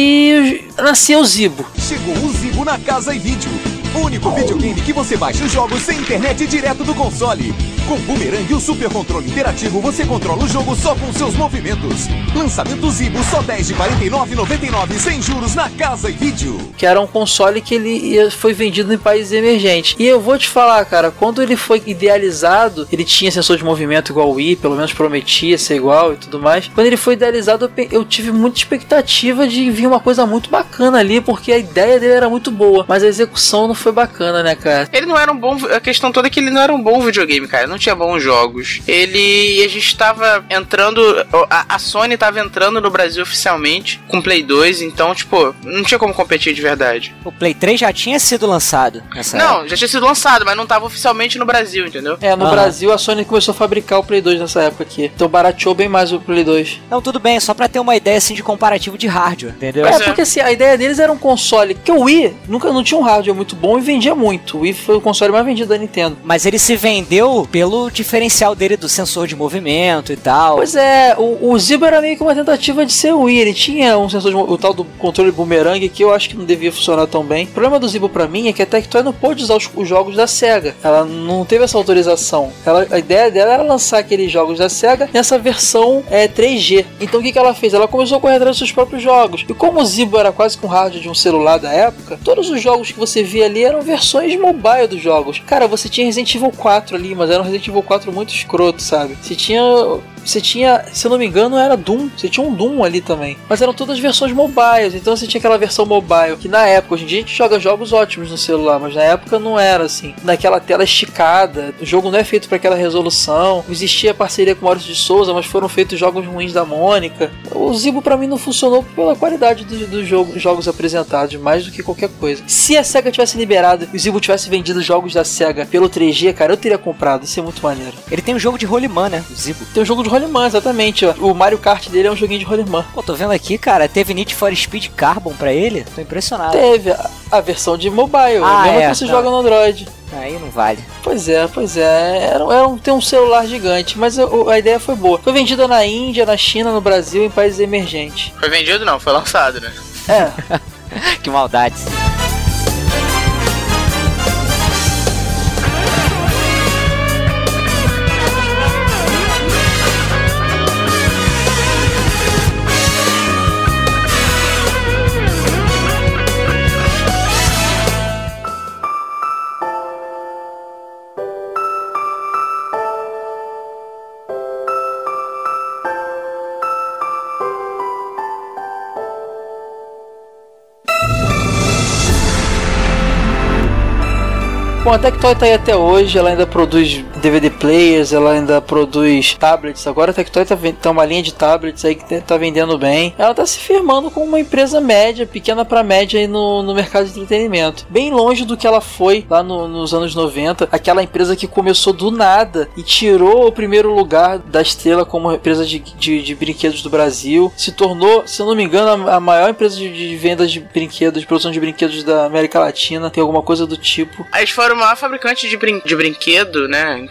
e nasceu o Zibo.
Chegou o Zibo na Casa e Vídeo. O único videogame que você baixa os jogos sem internet direto do console. Com o Boomerang e o Super Controle Interativo, você controla o jogo só com seus movimentos. Lançamento Zibo, só dez de quarenta e nove reais e noventa e nove centavos, sem juros na Casa e Vídeo.
Que era um console que ele foi vendido em países emergentes. E eu vou te falar, cara, quando ele foi idealizado, ele tinha sensor de movimento igual o Wii, pelo menos prometia ser igual e tudo mais. Quando ele foi idealizado, eu tive muita expectativa de vir uma coisa muito bacana ali, porque a ideia dele era muito boa, mas a execução não foi bacana, né, cara?
Ele não era um bom... A questão toda é que ele não era um bom videogame, cara. Não tinha bons jogos. Ele... A gente tava entrando... A, a Sony tava entrando no Brasil oficialmente com o Play dois, então, tipo, não tinha como competir de verdade.
O Play três já tinha sido lançado nessa
Não,
época.
já tinha sido lançado, mas não tava oficialmente no Brasil, entendeu?
É, no
Aham.
Brasil a Sony começou a fabricar o Play dois nessa época aqui. Então barateou bem mais o Play dois.
Não, tudo bem, só pra ter uma ideia assim de comparativo de hardware, entendeu?
É, porque assim, a ideia deles era um console, que o Wii nunca não tinha um hardware muito bom e vendia muito. O Wii foi o console mais vendido da Nintendo.
Mas ele se vendeu pelo diferencial dele do sensor de movimento e tal.
Pois é, o, o Zibo era meio que uma tentativa de ser o Wii. Ele tinha um sensor de o tal do controle boomerang que eu acho que não devia funcionar tão bem. O problema do Zibo pra mim é que a Tectoy não pôde usar os, os jogos da Sega. Ela não teve essa autorização. Ela, a ideia dela era lançar aqueles jogos da Sega nessa versão é, três G. Então o que, que ela fez? Ela começou a correr atrás dos seus próprios jogos. E como o Zibo era quase com hardware de um celular da época, todos os jogos que você via ali eram versões mobile dos jogos. Cara, você tinha Resident Evil quatro ali, mas era um Resident Evil quatro muito escroto, sabe? Você tinha... Você tinha, se eu não me engano, era Doom. Você tinha um Doom ali também. Mas eram todas versões mobiles. Então você tinha aquela versão mobile que na época, hoje em dia a gente joga jogos ótimos no celular, mas na época não era assim. Naquela tela esticada, o jogo não é feito para aquela resolução. Existia parceria com o Maurício de Souza, mas foram feitos jogos ruins da Mônica. O Zibo pra mim não funcionou pela qualidade dos do jogo, jogos apresentados, mais do que qualquer coisa. Se a Sega tivesse liberado e o Zibo tivesse vendido jogos da Sega pelo três G, cara, eu teria comprado. Isso é muito maneiro.
Ele tem um jogo de rolimã, né? O Zibo.
Tem um jogo de rolimã, exatamente. Ó. O Mario Kart dele é um joguinho de rolimã.
Pô, tô vendo aqui, cara, teve Need for Speed Carbon pra ele? Tô impressionado.
Teve a, a versão de mobile,
ah,
mesmo
é,
que você
não.
joga no Android.
Aí não vale.
Pois é, pois é. Era, era um, tem um celular gigante, mas a, a ideia foi boa. Foi vendida na Índia, na China, no Brasil, em países emergentes.
Foi vendido não, foi lançado, né?
É.
Que maldade.
Bom, a Tectoy tá aí até hoje, ela ainda produz D V D players, ela ainda produz tablets. Agora a Tectoy tá, tá uma linha de tablets aí que tá vendendo bem. Ela tá se firmando como uma empresa média, pequena pra média aí no, no mercado de entretenimento. Bem longe do que ela foi lá no, nos anos noventa, aquela empresa que começou do nada e tirou o primeiro lugar da Estrela como empresa de, de, de brinquedos do Brasil. Se tornou, se eu não me engano, a, a maior empresa de, de vendas de brinquedos, de produção de brinquedos da América Latina. Tem alguma coisa do tipo.
Eles foram o maior fabricante de, brin de brinquedo, né?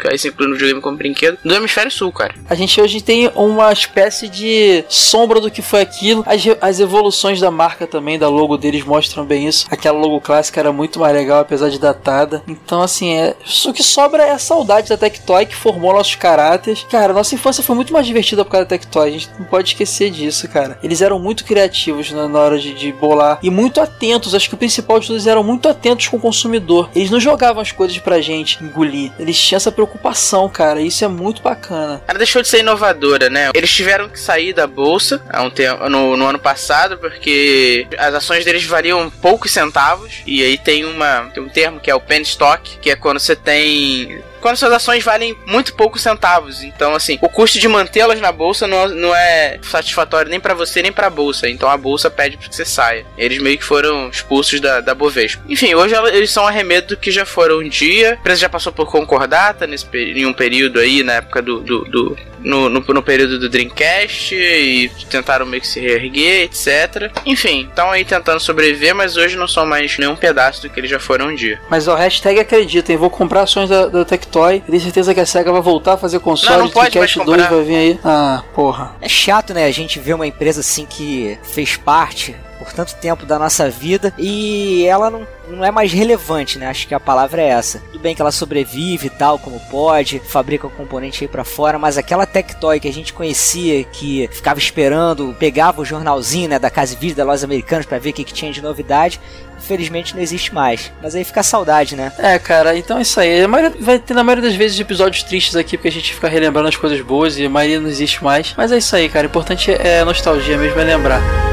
que aí se inclui no videogame como brinquedo, do Hemisfério Sul, cara.
A gente hoje tem uma espécie de sombra do que foi aquilo. As, as evoluções da marca também, da logo deles, mostram bem isso. Aquela logo clássica era muito mais legal, apesar de datada. Então, assim, é... o que sobra é a saudade da Tectoy, que formou nossos caráteres. Cara, nossa infância foi muito mais divertida por causa da Tectoy. A gente não pode esquecer disso, cara. Eles eram muito criativos na, na hora de, de bolar. E muito atentos. Acho que o principal de tudo, eles eram muito atentos com o consumidor. Eles não jogavam as coisas pra gente engolir. Eles tinham essa preocupação, cara. E isso é muito bacana.
Ela deixou de ser inovadora, né? Eles tiveram que sair da bolsa há um tempo, no, no ano passado, porque as ações deles valiam poucos centavos. E aí tem, uma, tem um termo que é o penny stock, que é quando você tem... quando suas ações valem muito poucos centavos. Então, assim, o custo de mantê-las na bolsa não, não é satisfatório nem pra você, nem pra bolsa. Então a bolsa pede pra que você saia. Eles meio que foram expulsos da, da Bovespa. Enfim, hoje eles são arremedo que já foram um dia. A empresa já passou por concordata nesse, em um período aí, na época do... do, do no, no, no período do Dreamcast, e tentaram meio que se reerguer, etcétera. Enfim, estão aí tentando sobreviver, mas hoje não são mais nenhum pedaço do que eles já foram um dia.
Mas o hashtag acreditem, vou comprar ações da, da Tectoy. Tenho certeza que a SEGA vai voltar a fazer console.
Não, não pode mais comprar.
dois vai vir aí. Ah, porra.
É chato, né? A gente vê uma empresa assim que fez parte por tanto tempo da nossa vida e ela não, não é mais relevante, né? Acho que a palavra é essa. Tudo bem que ela sobrevive e tal, como pode, fabrica o componente aí pra fora, mas aquela Tectoy que a gente conhecia, que ficava esperando, pegava o jornalzinho, né, da Casa e Vídeo, da Lojas Americanas pra ver o que, que tinha de novidade, infelizmente não existe mais. Mas aí fica a saudade, né?
É, cara, então é isso aí. A maioria, vai ter na maioria das vezes episódios tristes aqui, porque a gente fica relembrando as coisas boas e a maioria não existe mais. Mas é isso aí, cara. O importante é a nostalgia mesmo, é lembrar.